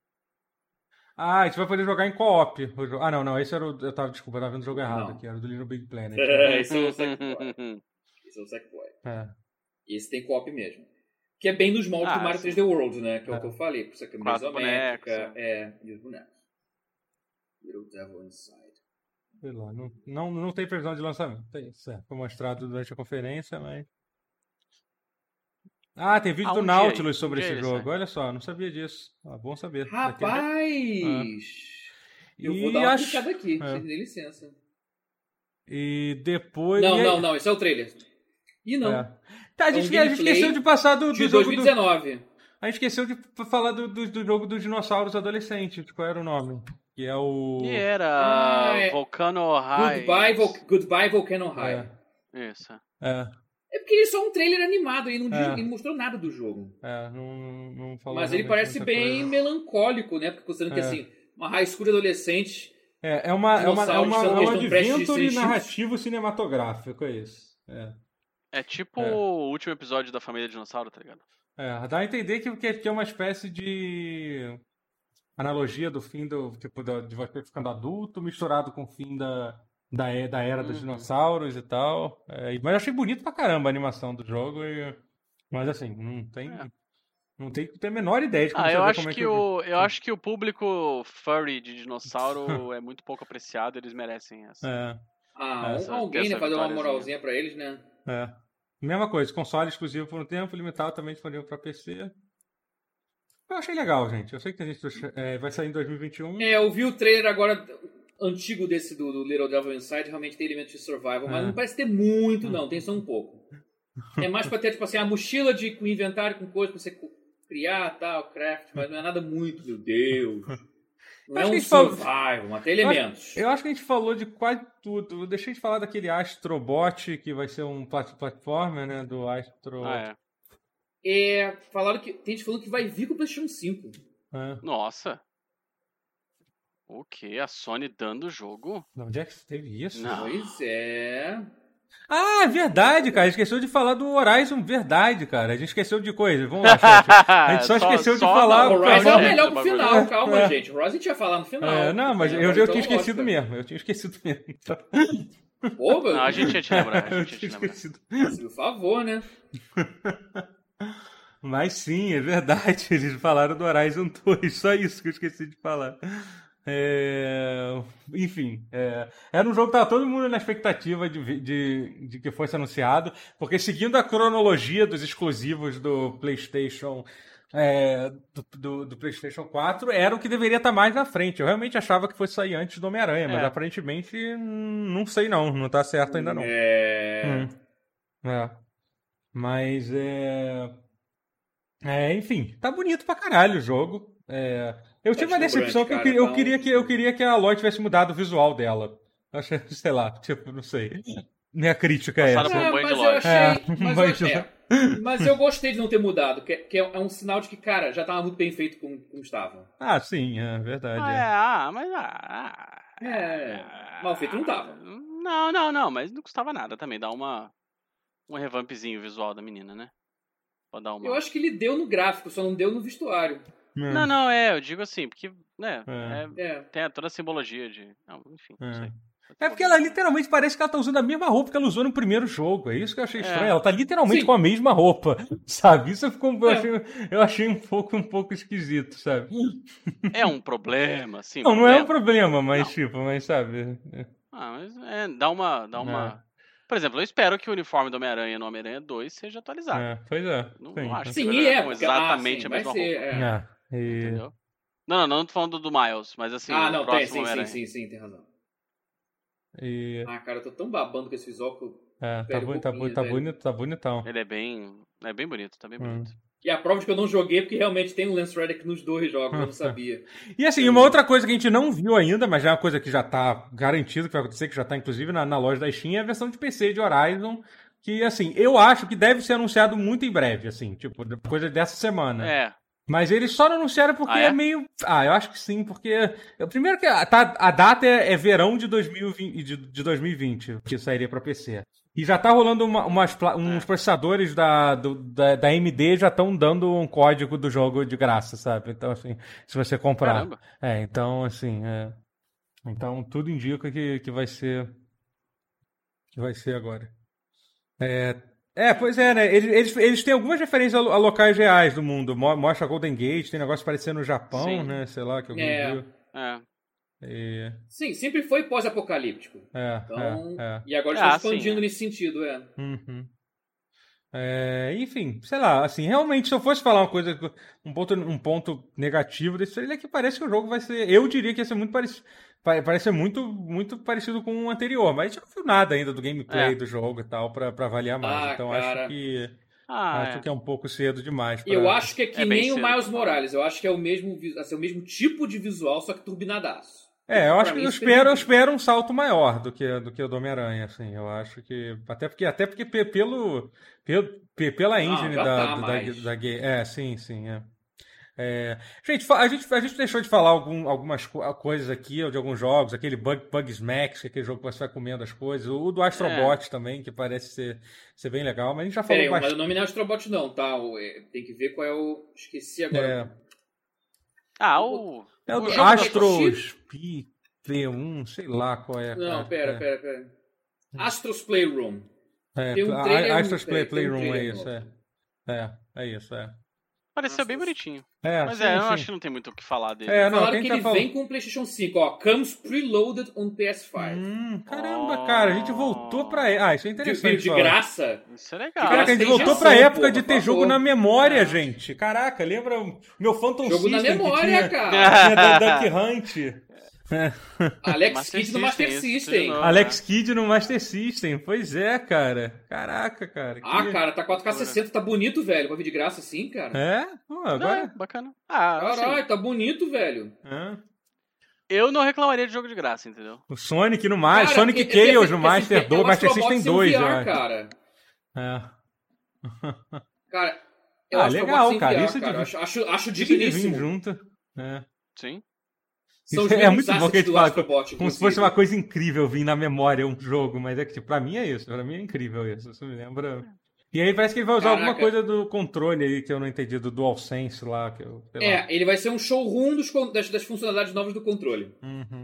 A gente vai poder jogar em co-op. Não, esse era eu tava vendo o jogo errado aqui, era do Little Big Planet. Esse é o Sackboy. Esse tem co-op mesmo. Que é bem nos moldes do Mario 3D World, né? Que é o que eu falei. Por isso que é mais isométrica. E os bonecos. Little Devil Inside. Sei lá, não tem previsão de lançamento. Foi mostrado durante a conferência, mas... tem vídeo do Nautilus sobre esse jogo. Olha só, não sabia disso. Bom saber. Rapaz! Eu vou dar uma clicada aqui, sem licença. E depois... Não, esse é o trailer. E não. A gente esqueceu de passar do de jogo 2019. A gente esqueceu de falar do jogo dos dinossauros adolescentes. Qual era o nome? Que é o... Que era Volcano High. Goodbye Volcano High. Isso. É porque ele é só um trailer animado e não mostrou nada do jogo. Não falou. Mas ele parece bem melancólico, né? Porque considerando que assim, uma high school de adolescentes. É um adventure narrativo cinematográfico, é isso. É tipo o último episódio da Família Dinossauro, tá ligado? Dá a entender que é uma espécie de analogia do fim de você ficando adulto, misturado com o fim da era dos dinossauros e tal. Mas eu achei bonito pra caramba a animação do jogo. Mas assim, não tem a menor ideia de como eu acho como é que eu acho que o público furry de dinossauro é muito pouco apreciado, eles merecem essa. Alguém, né, fazer uma moralzinha pra eles, né? Mesma coisa, console exclusivo por um tempo, limitado também disponível pra PC. Eu achei legal, gente. Eu sei que tem gente vai sair em 2021. Eu vi o trailer agora antigo desse do Little Devil Inside, realmente tem elementos de survival, mas não parece ter muito, não. Tem só um pouco. É mais pra ter, tipo assim, a mochila com inventário, com coisa pra você criar, tal, craft, mas não é nada muito, meu Deus. Não é um survival, mas tem elementos. Eu acho que a gente falou de quase tudo. Eu deixei de falar daquele Astrobot, que vai ser um platformer, né, do Astro... Falaram que... Tem gente falando que vai vir com o PlayStation 5. Nossa. O quê? A Sony dando o jogo? Onde é que teve isso? Não. Pois é... Verdade, cara. A gente esqueceu de falar do Horizon. Verdade, cara. A gente esqueceu de coisa. Vamos lá, chat. A gente só esqueceu de falar... O Horizon é o melhor pro final. Calma, gente. O Horizon a gente ia falar no final. Não, mas eu tinha esquecido mesmo. Então... Não, a gente ia te lembrar. Por favor, né? Mas sim, é verdade. Eles falaram do Horizon 2. Só isso que eu esqueci de falar. Enfim, era um jogo que estava todo mundo na expectativa de que fosse anunciado, porque seguindo a cronologia dos exclusivos do PlayStation do PlayStation 4, era o que deveria estar mais na frente. Eu realmente achava que fosse sair antes do Homem-Aranha, mas aparentemente não sei não está certo ainda não. Mas enfim, tá bonito pra caralho o jogo. Eu tive uma decepção que eu queria que a Aloy tivesse mudado o visual dela. Achei, sei lá, não sei. Minha crítica é essa. Mas eu gostei de não ter mudado, que é um sinal de que, cara, já tava muito bem feito como estava. Sim, é verdade. Mal feito não tava. Não, mas não custava nada também, dar um revampzinho visual da menina, né? Eu acho que ele deu no gráfico, só não deu no vestuário. Não, eu digo assim, porque, né, tem toda a simbologia de... enfim, não sei. Porque ela literalmente parece que ela tá usando a mesma roupa que ela usou no primeiro jogo. É isso que eu achei estranho. Ela tá literalmente com a mesma roupa, sabe? Isso eu achei um pouco esquisito, sabe? É um problema, sim. Não é um problema, mas mas sabe... mas dá uma... Por exemplo, eu espero que o uniforme do Homem-Aranha no Homem-Aranha 2 seja atualizado. Pois é. Não acho que vai exatamente a mesma roupa. Entendeu? Não tô falando do Miles, mas assim, o próximo Homem-Aranha. Sim, tem razão. Cara, eu tô tão babando com esse visual que eu... Tá bonitão. Ele é bem bonito, tá bem bonito. E a prova de que eu não joguei, porque realmente tem o Lance Reddick nos 2 jogos, eu não sabia. E assim, uma outra coisa que a gente não viu ainda, mas já é uma coisa que já tá garantido que vai acontecer, que já tá inclusive na loja da Steam, é a versão de PC de Horizon, que assim, eu acho que deve ser anunciado muito em breve, assim, tipo, coisa dessa semana. Mas eles só não anunciaram porque é meio... eu acho que sim, porque... Primeiro que a data é verão de 2020, que sairia pra PC. E já tá rolando uns processadores da AMD já estão dando um código do jogo de graça, sabe? Então, assim, se você comprar. Caramba. Então, assim... Então, tudo indica que vai ser... Que vai ser agora. Pois é, né? Eles têm algumas referências a locais reais do mundo. Mostra Golden Gate, tem negócio parecendo no Japão, né? Sei lá, que alguém viu. Sim, sempre foi pós-apocalíptico. E agora estão expandindo nesse sentido, Enfim, sei lá, assim, realmente, se eu fosse falar uma coisa, um ponto negativo desse trailer é que parece que o jogo vai ser... Eu diria que ia ser muito parecido. Parece ser muito parecido com o anterior, mas a gente não viu nada ainda do gameplay do jogo e tal pra avaliar mais. Então cara. acho que é um pouco cedo demais. Eu acho que é que nem o Miles cedo. Morales. Eu acho que é o mesmo tipo de visual, só que turbinadaço. Eu acho que eu espero um salto maior do que o do Homem-Aranha, assim. Eu acho que. Até porque pela engine da game. Sim. Gente, a gente deixou de falar algumas coisas aqui, de alguns jogos, aquele Bugsnax, que é aquele jogo que você vai comendo as coisas, o do Astrobot também, que parece ser bem legal, mas a gente já falou bastante. Mas o nome não é Astrobot não, tá? Tem que ver qual é o... Esqueci agora. É o do Astros P1, sei lá qual é. Não, pera. Astros Playroom. Tem um trailer, Astros Playroom, é isso, é isso. Pareceu bem bonitinho. Mas sim, eu acho que não tem muito o que falar dele. Falaram que ele vem com o PlayStation 5, ó. Comes preloaded on PS5. Caramba, cara, a gente voltou pra... isso é interessante. De graça? Isso é legal. Caraca, a gente voltou pra época de ter jogo na memória, gente. Caraca, lembra o meu Phantom System? Jogo na memória, cara. Tinha Duck Hunt. Alex Kidd no Master System. Alex Kidd no Master System. Pois é, cara. Caraca, cara. Cara, tá 4K60, tá bonito, velho. Pra vir de graça assim, cara. Agora... bacana. Caralho, assim, tá bonito, velho. Eu não reclamaria de jogo de graça, entendeu? O Sonic no Master, Sonic Chaos no Master 2, Master System 2, cara. Cara, legal, cara. Isso cara. Acho digníssimo. Junto. Sim. É muito bom que a gente fala como se fosse uma coisa incrível vir na memória um jogo, mas é que tipo, pra mim é isso, pra mim é incrível isso me lembra... E aí parece que ele vai usar alguma coisa do controle aí que eu não entendi, do DualSense lá. Que eu, sei lá. Ele vai ser um showroom das funcionalidades novas do controle.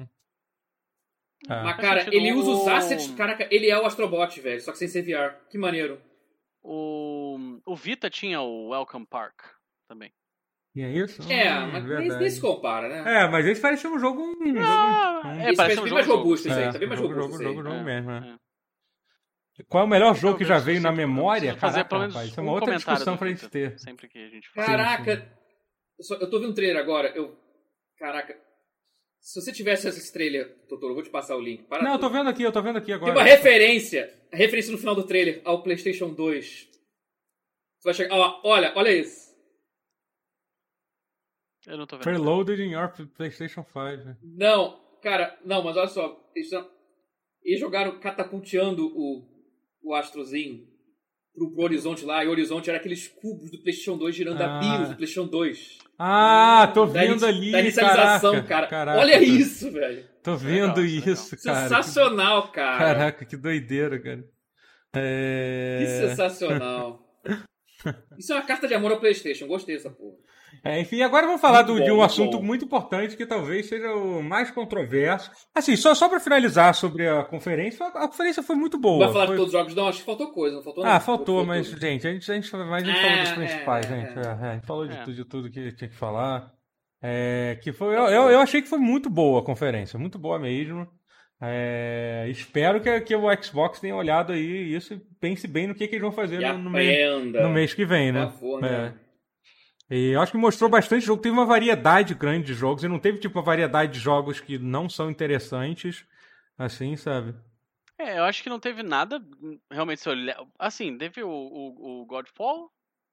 Mas cara, ele usa os assets, caraca, ele é o Astrobot, velho, só que sem ser VR, que maneiro. O Vita tinha o Welcome Park também. E é isso? Mas nem se compara, né? Mas esse parecia um jogo... Parece bem mais robusto isso aí, tá bem mais robusto jogo mesmo, Qual é o melhor jogo que já veio na memória? Caraca, rapaz, isso é uma outra discussão pra gente ter. Sempre que a gente fala. Caraca, eu tô vendo um trailer agora, Caraca, se você tivesse esse trailer, Totoro, eu vou te passar o link. Eu tô vendo aqui agora. Tem uma referência no final do trailer ao PlayStation 2. Você vai chegar, olha isso. Eu não tô vendo. Preloaded in your PlayStation 5. Não, cara, mas olha só. Eles jogaram catapulteando o Astrozinho pro horizonte lá, e o horizonte era aqueles cubos do PlayStation 2 girando a BIOS do PlayStation 2. Tô vendo ali. Da inicialização, cara. Olha isso, velho. Tô vendo isso, cara. Sensacional, cara. Caraca, que doideira, cara. Que sensacional. Isso é uma carta de amor ao PlayStation. Gostei dessa porra. Enfim, agora vamos falar de um assunto muito importante que talvez seja o mais controverso. Assim, só para finalizar sobre a conferência foi muito boa. Não vai falar de todos os jogos, não? Acho que faltou coisa, não faltou nada. Faltou, mas, gente, a gente falou dos principais, gente. A gente falou de tudo que tinha que falar. Eu achei que foi muito boa a conferência, muito boa mesmo. Espero que o Xbox tenha olhado aí isso e pense bem no que eles vão fazer no mês que vem, né? Por favor, né? E eu acho que mostrou bastante jogo. Teve uma variedade grande de jogos e não teve tipo uma variedade de jogos que não são interessantes, assim, sabe? Eu acho que não teve nada realmente se olhar. Assim, teve o Godfall.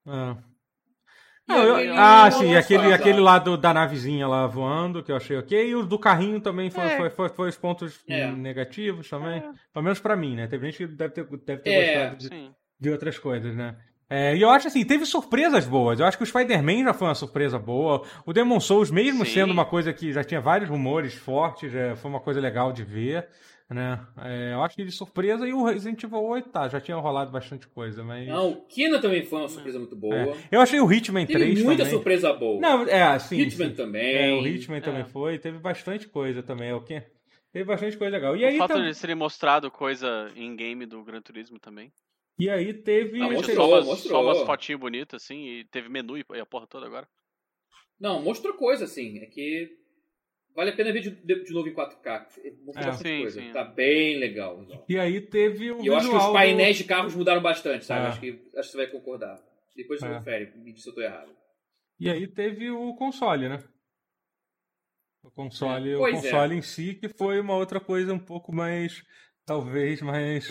Sim, aquele lá da navezinha lá voando, que eu achei ok. E o do carrinho também foi os pontos negativos também. Pelo menos pra mim, né? Teve gente que deve ter gostado de outras coisas, né? E eu acho assim, teve surpresas boas. Eu acho que o Spider-Man já foi uma surpresa boa. O Demon's Souls, mesmo sendo uma coisa que já tinha vários rumores fortes, foi uma coisa legal de ver, né? Eu acho que de surpresa, e o Resident Evil 8 já tinha rolado bastante coisa, mas... Não, o Kina também foi uma surpresa muito boa. Eu achei o Hitman 3 também. Teve muita surpresa boa. Sim. Hitman também. O Hitman também foi. Teve bastante coisa também. Teve bastante coisa legal. E aí, o fato de serem mostrado coisa em game do Gran Turismo também. E aí teve... mostrou. Só umas fotinhas bonitas, assim, e teve menu e a porra toda agora. Não, mostrou coisa, assim. É que vale a pena ver de novo em 4K. Mostrou bastante coisa. Sim. Tá bem legal. E aí teve o visual. Eu acho que os painéis de carros mudaram bastante, sabe? Acho que você vai concordar. Depois você confere, me diz se eu tô errado. E aí teve o console, né? O console em si, que foi uma outra coisa um pouco mais... Talvez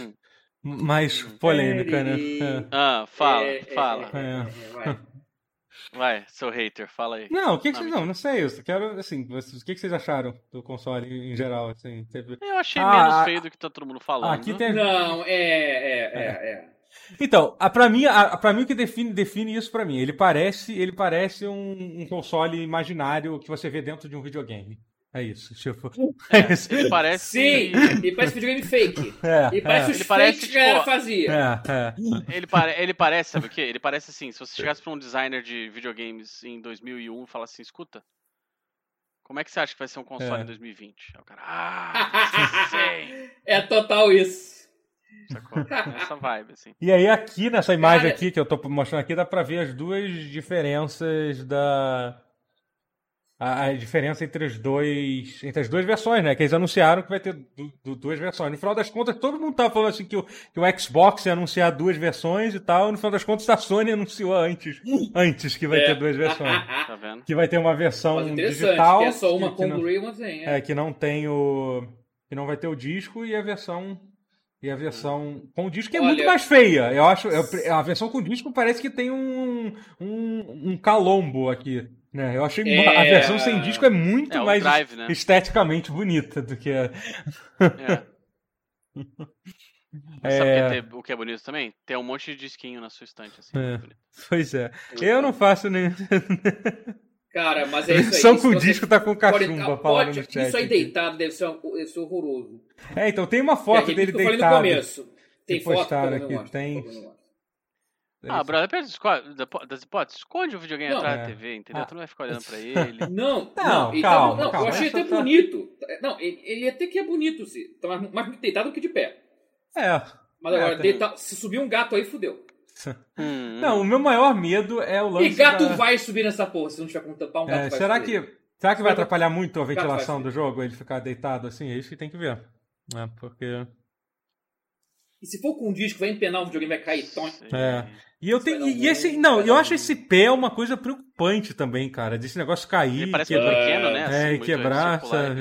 mais polêmica, né? Fala. Vai, seu hater, fala aí. Não, não sei, eu só quero, assim, o que vocês acharam do console em geral, assim? Eu achei menos feio do que tá todo mundo falando. Aqui tem... Não, Então, pra mim o que define isso pra mim, ele parece um console imaginário que você vê dentro de um videogame. É isso, tipo... Ele parece... Sim, ele parece videogame fake. Ele parece os fakes que a galera fazia. Ele parece, sabe o quê? Ele parece assim, se você chegasse pra um designer de videogames em 2001 e falasse assim, escuta, como é que você acha que vai ser um console em 2020? Aí o cara, sei. É total isso. Sacou? Essa vibe, assim. E aí aqui, nessa imagem aqui que eu tô mostrando aqui, dá pra ver as duas diferenças a diferença entre as duas versões, né? Que eles anunciaram que vai ter duas versões. No final das contas, todo mundo tava falando assim que o Xbox ia anunciar duas versões e tal. E no final das contas, a Sony anunciou antes que vai ter duas versões. Tá vendo? Que vai ter uma versão digital. Que é só uma com Blu-ray e uma sem. Que não tem que não vai ter o disco e a versão com o disco que é muito mais feia. Eu acho a versão com disco parece que tem um calombo aqui. Né? Eu achei a versão sem disco é muito mais drive, né? esteticamente bonita do que Sabe o que é bonito também? Tem um monte de disquinho na sua estante, assim. Pois é. Eu não faço nem... Cara, mas é isso aí. Só com o disco tá com cachumba falando no chat. Isso aí deitado deve ser horroroso. Então tem uma foto dele deitado. Eu falei no começo. Tem foto postaram aqui, tem... brother, das hipóteses, esconde o videogame atrás da TV, entendeu? Tu não vai ficar olhando pra ele. Calma. Eu achei até bonito. Não, ele até que é bonito, sim. Tá mais bonito deitado do que de pé. Mas agora, se subir um gato aí, fudeu. Não, o meu maior medo é o lance. E gato vai subir nessa porra, se não tiver com tampar um gato vai será subir. Será que vai atrapalhar muito a ventilação do jogo, ele ficar deitado assim? É isso que tem que ver. Porque... E se for com um disco, vai empenar o videogame, vai cair. E eu tenho. Eu acho esse pé uma coisa preocupante também, cara. Desse negócio cair. Ele parece muito pequeno, né? Assim, e quebrar.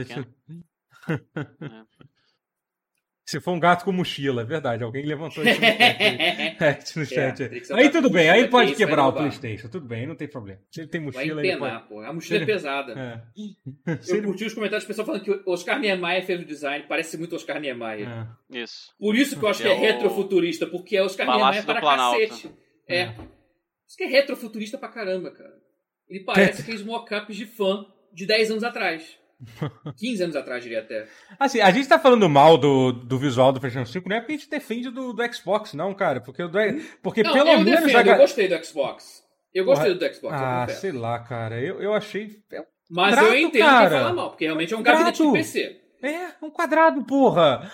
Se for um gato com mochila, é verdade. Alguém levantou isso no chat. Aí tudo bem, aí pode quebrar o PlayStation. Tudo bem, não tem problema. Se ele tem mochila, vai empenar, pô. A mochila é pesada. Eu curti os comentários do pessoal falando que o Oscar Niemeyer fez o design. Parece muito Oscar Niemeyer. Isso. Por isso que eu acho que é retrofuturista, porque é Oscar Niemeyer para cacete. Isso que é retrofuturista pra caramba, cara. Ele parece aqueles mock-ups de fã de 10 anos atrás. 15 anos atrás, diria até. Assim, a gente tá falando mal do visual do PlayStation 5, não é porque a gente defende do Xbox, não, cara. Porque pelo menos... Eu gostei do Xbox. Eu gostei do Xbox. Sei lá, cara. Eu achei... Mas eu entendo quem fala mal, porque realmente é um gabinete de PC. Um quadrado, porra!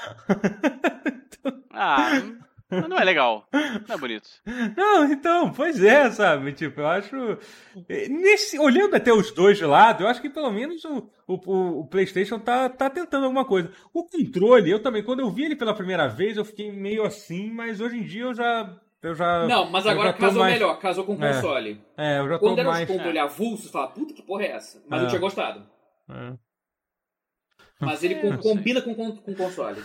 Não é legal. Não é bonito. Não, então, pois é, sabe? Tipo, eu acho... olhando até os dois de lado, eu acho que pelo menos o PlayStation tá tentando alguma coisa. O controle, eu também, quando eu vi ele pela primeira vez, eu fiquei meio assim, mas hoje em dia eu já... Não, mas agora casou melhor, casou com o console. Eu já tô quando mais... Quando era os controle avulso, você fala, puta que porra é essa? Mas eu tinha gostado. Mas ele combina com o console.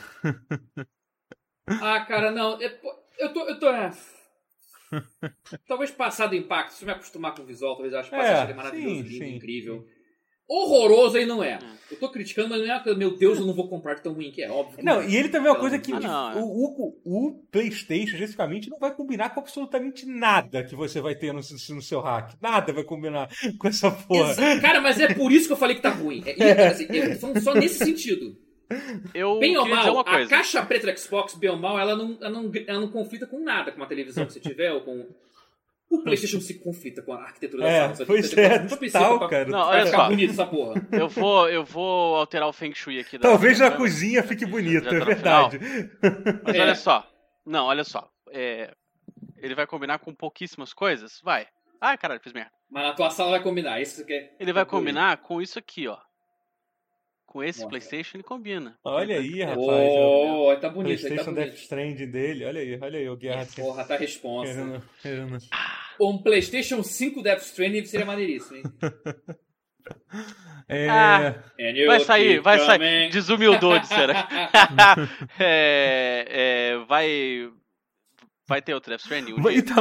Cara, não. Eu tô. Talvez passado o impacto, se eu me acostumar com o visual, talvez eu ache que seja maravilhoso, lindo, incrível. Horroroso aí não é. Eu tô criticando, mas não é, meu Deus, eu não vou comprar tão ruim que é, óbvio. Não, e ele também é uma coisa que o PlayStation, especificamente, não vai combinar com absolutamente nada que você vai ter no seu hack. Nada vai combinar com essa porra. Cara, mas é por isso que eu falei que tá ruim. Eu tô falando só nesse sentido. Bem ou mal, a caixa preta do Xbox, bem ou mal, ela não conflita com nada com uma televisão que você tiver ou com... O PlayStation 5 conflita com a arquitetura da sala. Pois total, cara. Não, olha só. Bonito essa porra. Eu vou alterar o Feng Shui aqui. Talvez na cozinha fique bonito, é verdade. Mas olha só. Não, olha só. Ele vai combinar com pouquíssimas coisas? Vai. Ai, caralho, fiz merda. Mas na tua sala vai combinar, isso que é... Ele vai combinar com isso aqui, ó. Com esse PlayStation ele combina. Olha aí, rapaz. Tá bonito. PlayStation Death Stranding dele. Olha aí o Guerra. Porra, tá responsa. Querendo. Um PlayStation 5 Death Stranding seria maneiríssimo, hein? Vai sair. Desumildou, será? vai ter outro Death Stranding?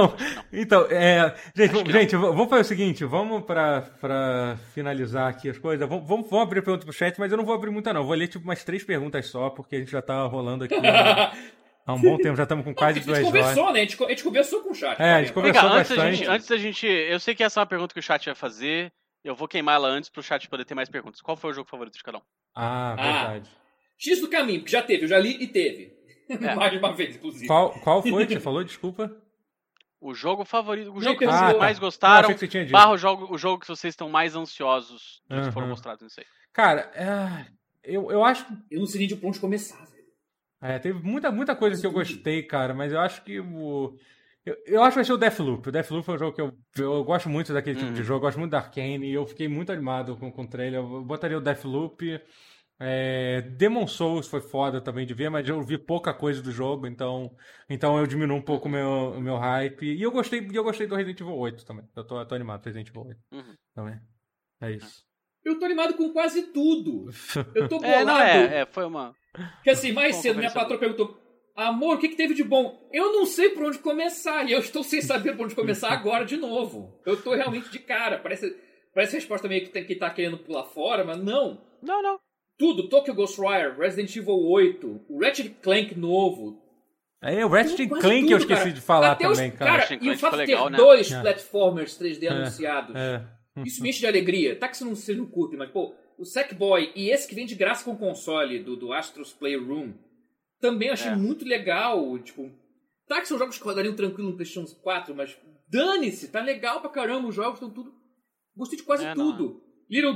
Gente, vamos fazer o seguinte, vamos pra finalizar aqui as coisas, vamos abrir pergunta pro chat, mas eu não vou abrir muita não, vou ler tipo umas 3 perguntas só, porque a gente já tá rolando aqui há um bom tempo, já estamos com quase 2 horas. A gente conversou, né? A gente conversou com o chat. A gente conversou bastante. Antes da gente, eu sei que essa é uma pergunta que o chat vai fazer, eu vou queimar ela antes pro chat poder ter mais perguntas. Qual foi o jogo favorito de cada um? Verdade. X do caminho, porque já teve, eu já li e teve. Mais de uma vez, inclusive. Qual foi que você falou? Desculpa. O jogo favorito, o jogo que vocês mais gostaram, barra o jogo que vocês estão mais ansiosos que foram mostrados nisso aí. Cara, eu acho... Eu não sei nem de onde começar, velho. Teve muita coisa que eu gostei, cara, mas eu acho que eu acho que vai ser o Deathloop. O Deathloop é um jogo que eu gosto muito daquele tipo de jogo, eu gosto muito da Arcane, e eu fiquei muito animado com o trailer. Eu botaria o Deathloop. Demon Souls foi foda também de ver, mas eu vi pouca coisa do jogo, então eu diminuo um pouco o meu hype. E eu gostei do Resident Evil 8 também. Eu tô animado com Resident Evil 8 também. É isso. Eu tô animado com quase tudo. Eu tô bolado. Foi uma... Porque assim, mais cedo minha patroa perguntou: amor, o que teve de bom? Eu não sei por onde começar. E eu estou sem saber por onde começar agora de novo. Eu tô realmente de cara. Parece a resposta meio que tá querendo pular fora, mas não. Não. Tudo. Tokyo Ghostwire, Resident Evil 8, o Ratchet Clank novo. O Ratchet Clank eu esqueci de falar também, cara. E o fato de ter 2 platformers 3D anunciados. Isso me enche de alegria. Tá que você não curte, mas pô, o Sackboy e esse que vem de graça com o console do Astro's Playroom também achei muito legal. Tipo, tá que são jogos que rodariam tranquilo no PlayStation 4, mas dane-se, tá legal pra caramba, os jogos estão tudo... Gostei de quase tudo. Little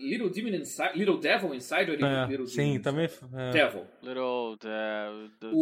Devil Inside ou Little sim, também. Devil. O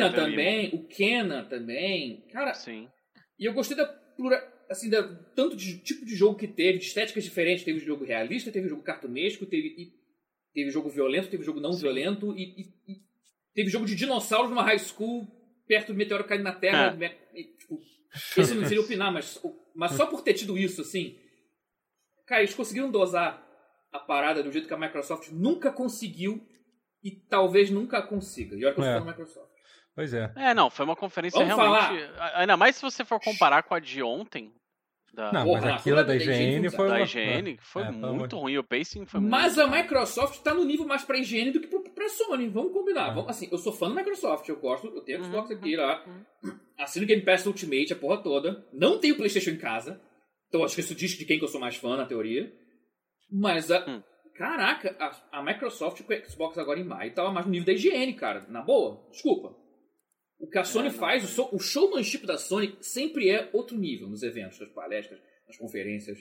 Kenan também. Cara, sim. E eu gostei da tanto de tipo de jogo que teve, de estéticas diferentes. Teve jogo realista, teve jogo cartunesco, teve jogo violento, teve jogo não violento e teve jogo de dinossauros numa high school perto do meteoro caindo na Terra. Tipo, esse eu não seria opinar, mas só por ter tido isso, assim... Cara, eles conseguiram dosar a parada do jeito que a Microsoft nunca conseguiu e talvez nunca consiga. E olha que eu estou na Microsoft. Pois é. Não, foi uma conferência realmente... Ainda mais se você for comparar com a de ontem. Mas aquilo da IGN foi... Da IGN foi muito ruim, o pacing foi muito... Mas a Microsoft está no nível mais pra IGN do que pra Sony, vamos combinar. Assim, eu sou fã da Microsoft, eu tenho Xbox aqui lá, assino Game Pass Ultimate, a porra toda, não tenho PlayStation em casa, então acho que isso diz de quem que eu sou mais fã, na teoria, mas caraca, a Microsoft com o Xbox agora em maio tava mais no nível da IGN, cara, na boa, desculpa. O que a Sony faz, o showmanship da Sony sempre é outro nível nos eventos, nas palestras, nas conferências.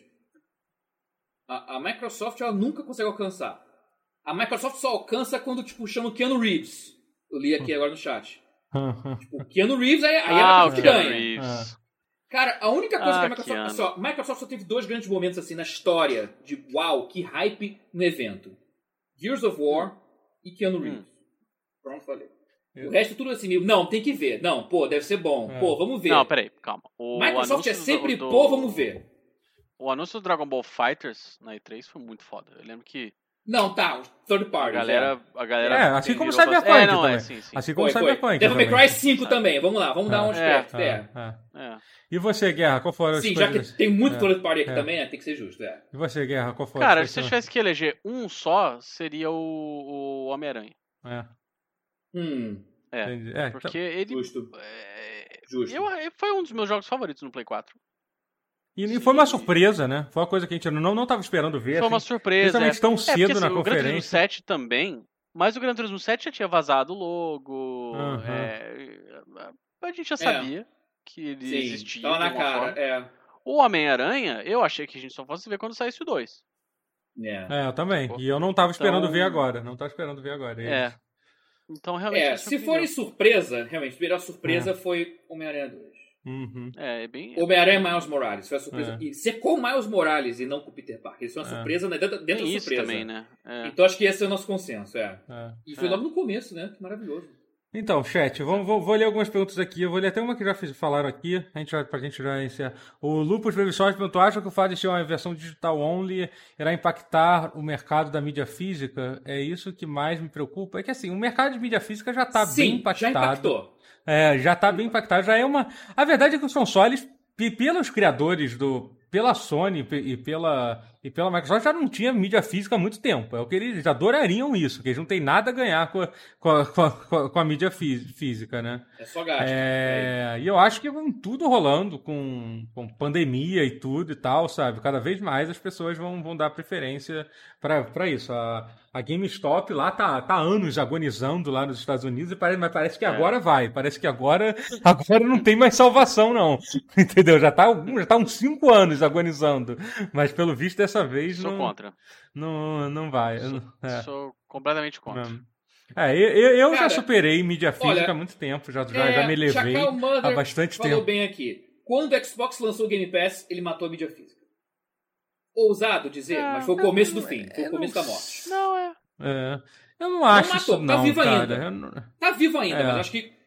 A Microsoft, ela nunca consegue alcançar. A Microsoft só alcança quando, tipo, chama o Keanu Reeves. Eu li aqui agora no chat. Tipo, o Keanu Reeves, aí a Microsoft ganha. Cara, a única coisa que a Microsoft... A Microsoft só teve 2 grandes momentos, assim, na história de, uau, que hype no evento. Gears of War e Keanu Reeves. Pronto, falei. O resto tudo assim, não, tem que ver. Não, pô, deve ser bom. Pô, vamos ver. Não, peraí, calma. Microsoft é sempre, pô, vamos ver. O anúncio do Dragon Ball FighterZ na E3 foi muito foda. Eu lembro que... Não, tá, third party. A galera assim como o Cyberpunk também. Sim. Assim como o Cyberpunk. Devil May Cry 5 também, vamos lá, vamos dar um aspecto. E você, Guerra, qual foram as coisas? Sim, já que tem muito third party aqui também, tem que ser justo. E você, Guerra, qual foram? Cara, se eu tivesse que eleger um só, seria o Homem-Aranha. Porque ele... Justo. Foi um dos meus jogos favoritos no Play 4. E foi uma surpresa, né? Foi uma coisa que a gente não estava esperando ver. Foi uma surpresa. Principalmente tão cedo porque, na conferência. O Gran Turismo 7 também, mas o Gran Turismo 7 já tinha vazado o logo. A gente já sabia que ele existia. Tava na cara, O Homem-Aranha, eu achei que a gente só fosse ver quando saísse o 2. Eu também. E eu não estava esperando ver agora. Então, realmente... se for em surpresa, realmente, a melhor surpresa foi Homem-Aranha 2. Homem-Aranha Miles Morales. Foi a surpresa. E ser com Miles Morales e não com o Peter Parker. Isso é uma surpresa dentro da surpresa. Também, né? Então acho que esse é o nosso consenso. E foi logo no começo, né? Que maravilhoso. Então, chat, vou ler algumas perguntas aqui. Eu vou ler até uma que já falaram aqui, pra gente já iniciar. O Lupus Babysoft perguntou: acha que o fato de ser uma versão digital only irá impactar o mercado da mídia física? É isso que mais me preocupa. É que assim, o mercado de mídia física já está bem impactado. Já impactou. Já tá bem impactado. Já é uma... A verdade é que os consoles, pelos criadores pela Sony e pela Microsoft, já não tinha mídia física há muito tempo. É o que eles adorariam isso, que eles não têm nada a ganhar com a mídia física, né? É só gasto. E eu acho que tudo rolando com pandemia e tudo e tal, sabe? Cada vez mais as pessoas vão dar preferência para isso. A GameStop lá tá há anos agonizando lá nos Estados Unidos, mas parece que agora vai. Parece que agora não tem mais salvação, não. Entendeu? Já tá uns 5 anos agonizando. Mas pelo visto, dessa vez Sou contra. Não vai. Sou completamente contra. Eu já superei mídia física há muito tempo. Já me elevei há bastante tempo. Falou bem aqui. Quando o Xbox lançou o Game Pass, ele matou a mídia física. Ousado dizer, mas foi o começo do fim. Foi o começo da morte. Eu não acho isso, não. Tá vivo cara. ainda. Tá vivo ainda, mas acho que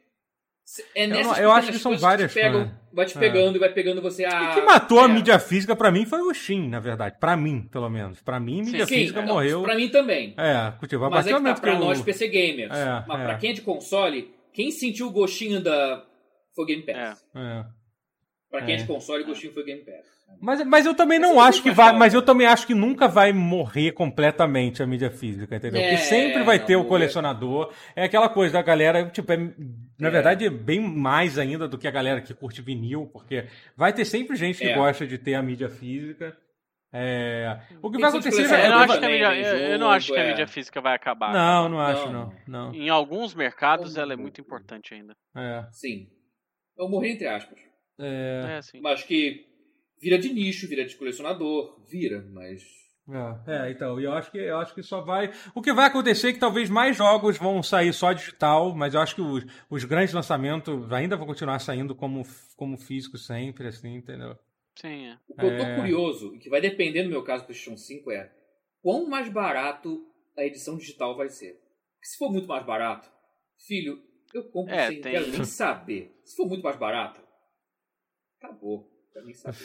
eu acho que são várias coisas. Vai te pegando e vai pegando você O que matou a mídia física pra mim foi o Steam, na verdade. Pra mim, pelo menos. Pra mim, mídia física morreu. Pra mim também. Mas é que pra nós PC gamers. Mas pra quem é de console, quem sentiu o gostinho foi o Game Pass. Pra quem é de console, o gostinho foi o Game Pass. Mas eu também não acho que vai. Mas eu também acho que nunca vai morrer completamente a mídia física, entendeu? Porque sempre vai ter o colecionador. É aquela coisa da galera, tipo, na verdade, é bem mais ainda do que a galera que curte vinil, porque vai ter sempre gente que gosta de ter a mídia física. O que vai acontecer eu não acho que a mídia física vai acabar. Não acho, não. Em alguns mercados ela é muito importante ainda. Sim. Eu morri entre aspas. Sim. Mas acho que vira de nicho, vira de colecionador, mas... Então, eu acho que só vai... O que vai acontecer é que talvez mais jogos vão sair só digital, mas eu acho que os grandes lançamentos ainda vão continuar saindo como físico sempre, assim, entendeu? Sim, O que eu tô curioso, e que vai depender no meu caso do PlayStation 5, quão mais barato a edição digital vai ser. Porque se for muito mais barato, filho, eu compro sem quero nem saber. Se for muito mais barato, acabou. Pra nem saber.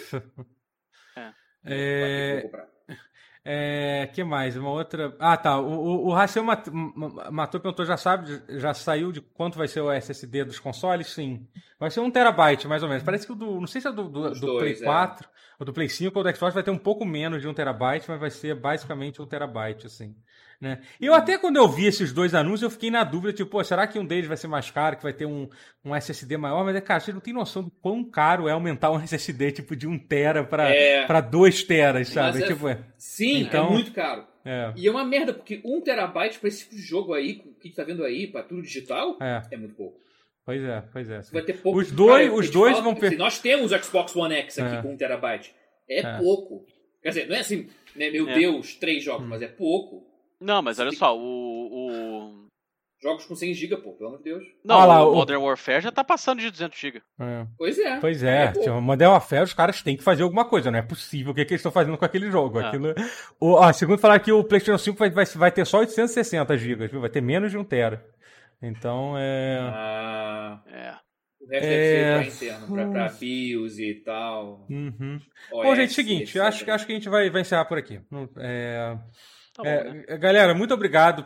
Que mais? Uma outra... tá. O Raciel matou, perguntou, já saiu de quanto vai ser o SSD dos consoles? Sim. Vai ser 1 TB, mais ou menos. Parece que não sei se é do Play 4, ou do Play 5, ou do Xbox vai ter um pouco menos de 1 TB, mas vai ser basicamente 1 TB, assim. Né? E eu até quando eu vi esses dois anúncios, eu fiquei na dúvida, tipo, será que um deles vai ser mais caro, que vai ter um SSD maior? Mas, cara, você não tem noção do quão caro é aumentar um SSD, tipo, de 1 TB pra 2 teras, sabe? Sim, então, é muito caro. E é uma merda, porque 1 TB pra esse tipo de jogo aí, que tá vendo aí, pra tudo digital, é muito pouco. Pois é. Vai ter pouco. Os dois vão... Nós temos o Xbox One X aqui com 1 TB. É pouco. Quer dizer, não é assim, né, meu Deus, 3 jogos, mas é pouco. Não, mas olha só, Jogos com 100 GB, pelo amor de Deus. Não, o Modern Warfare já tá passando de 200 GB. Pois é. O Modern Warfare, os caras têm que fazer alguma coisa, não é possível. O que eles estão fazendo com aquele jogo? Segundo falar que o PlayStation 5 vai ter só 860 GB, viu? Vai ter menos de 1 TB. Então, O resto deve ser pra interno, pra BIOS e tal. Bom, gente, seguinte, acho que a gente vai encerrar por aqui. Galera, muito obrigado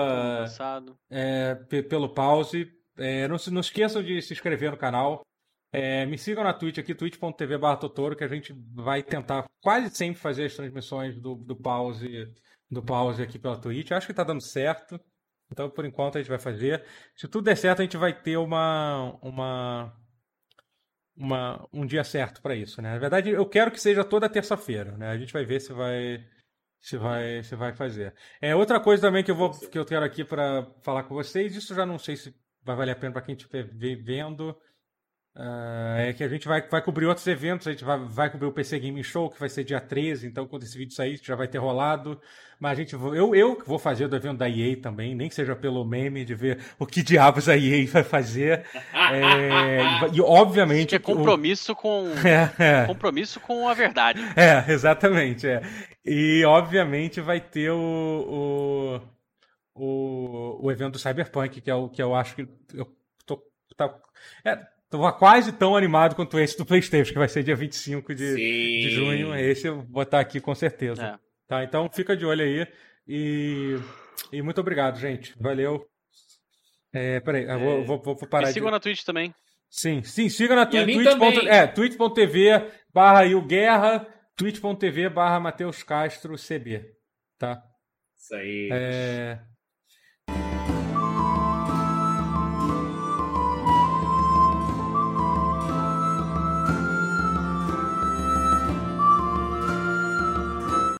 pelo pause. Não esqueçam de se inscrever no canal. Me sigam na Twitch aqui, twitch.tv/Totoro, que a gente vai tentar quase sempre fazer as transmissões do pause aqui pela Twitch. Acho que tá dando certo. Então, por enquanto, a gente vai fazer. Se tudo der certo, a gente vai ter um dia certo para isso, né? Na verdade, eu quero que seja toda terça-feira, né? A gente vai ver se vai fazer. Outra coisa também que eu quero aqui para falar com vocês, isso já não sei se vai valer a pena para quem estiver vendo, é que a gente vai cobrir outros eventos. A gente vai cobrir o PC Gaming Show, que vai ser dia 13, então quando esse vídeo sair já vai ter rolado. Mas eu vou fazer do evento da EA também, nem que seja pelo meme, de ver o que diabos a EA vai fazer. E obviamente... Que é compromisso com a verdade. Exatamente. E obviamente vai ter o evento do Cyberpunk, que eu acho que eu tô quase tão animado quanto esse do PlayStation, que vai ser dia 25 de junho. Esse eu vou estar aqui com certeza. Tá, então fica de olho aí. E muito obrigado, gente. Valeu. Peraí, eu vou parar. Me sigam na Twitch também. Sim, siga na Twitch. Twitch.tv/IuGuerra, twitch.tv/Matheus Castro CB. Tá? Isso aí.